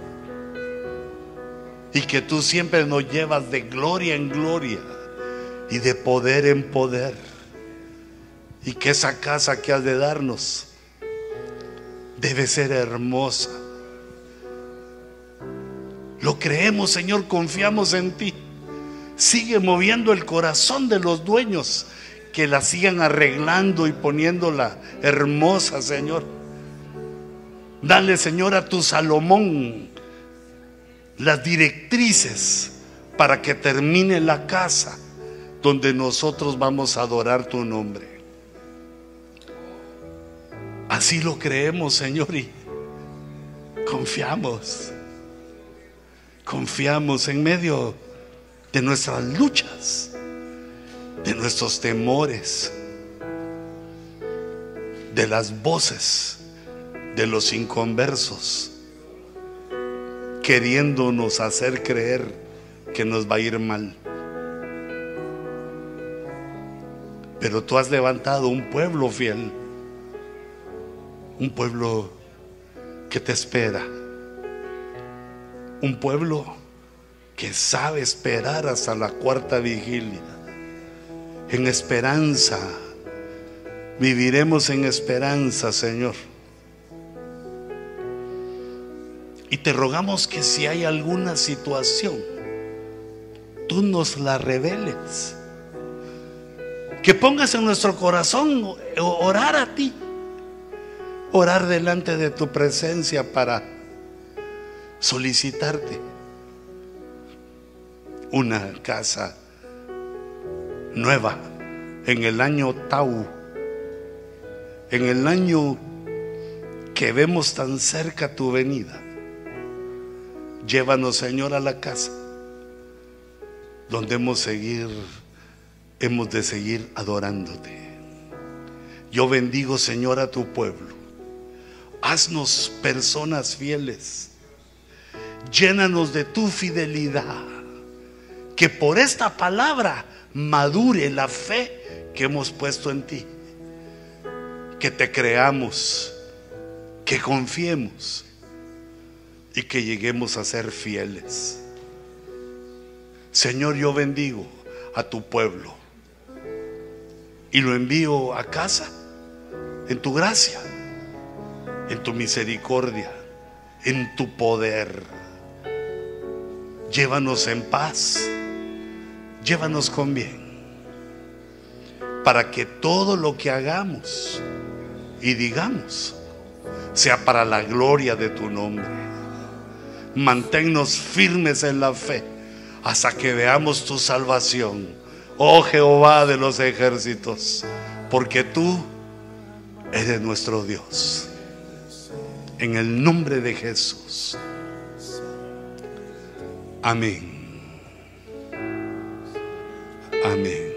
y que tú siempre nos llevas de gloria en gloria y de poder en poder, y que esa casa que has de darnos debe ser hermosa. Lo creemos, Señor, confiamos en ti. Sigue moviendo el corazón de los dueños, que la sigan arreglando y poniéndola hermosa, Señor. Dale, Señor, a tu Salomón las directrices para que termine la casa donde nosotros vamos a adorar tu nombre. Así lo creemos, Señor, y confiamos. Confiamos en medio de nuestras luchas, de nuestros temores, de las voces de los inconversos, queriéndonos hacer creer que nos va a ir mal. Pero tú has levantado un pueblo fiel, un pueblo que te espera, un pueblo que sabe esperar hasta la cuarta vigilia. En esperanza, viviremos en esperanza, Señor. Y te rogamos que si hay alguna situación, tú nos la reveles, que pongas en nuestro corazón orar a ti, orar delante de tu presencia para solicitarte una casa nueva en el año Tau, en el año que vemos tan cerca tu venida. Llévanos, Señor, a la casa donde hemos, seguir, hemos de seguir adorándote. Yo bendigo, Señor, a tu pueblo. Haznos personas fieles. Llénanos de tu fidelidad. Que por esta palabra madure la fe que hemos puesto en ti. Que te creamos, que confiemos y que lleguemos a ser fieles. Señor, yo bendigo a tu pueblo y lo envío a casa en tu gracia, en tu misericordia, en tu poder. Llévanos en paz, llévanos con bien, para que todo lo que hagamos y digamos sea para la gloria de tu nombre. Manténnos firmes en la fe hasta que veamos tu salvación, oh Jehová de los ejércitos, porque tú eres nuestro Dios. En el nombre de Jesús. Amén. Amén.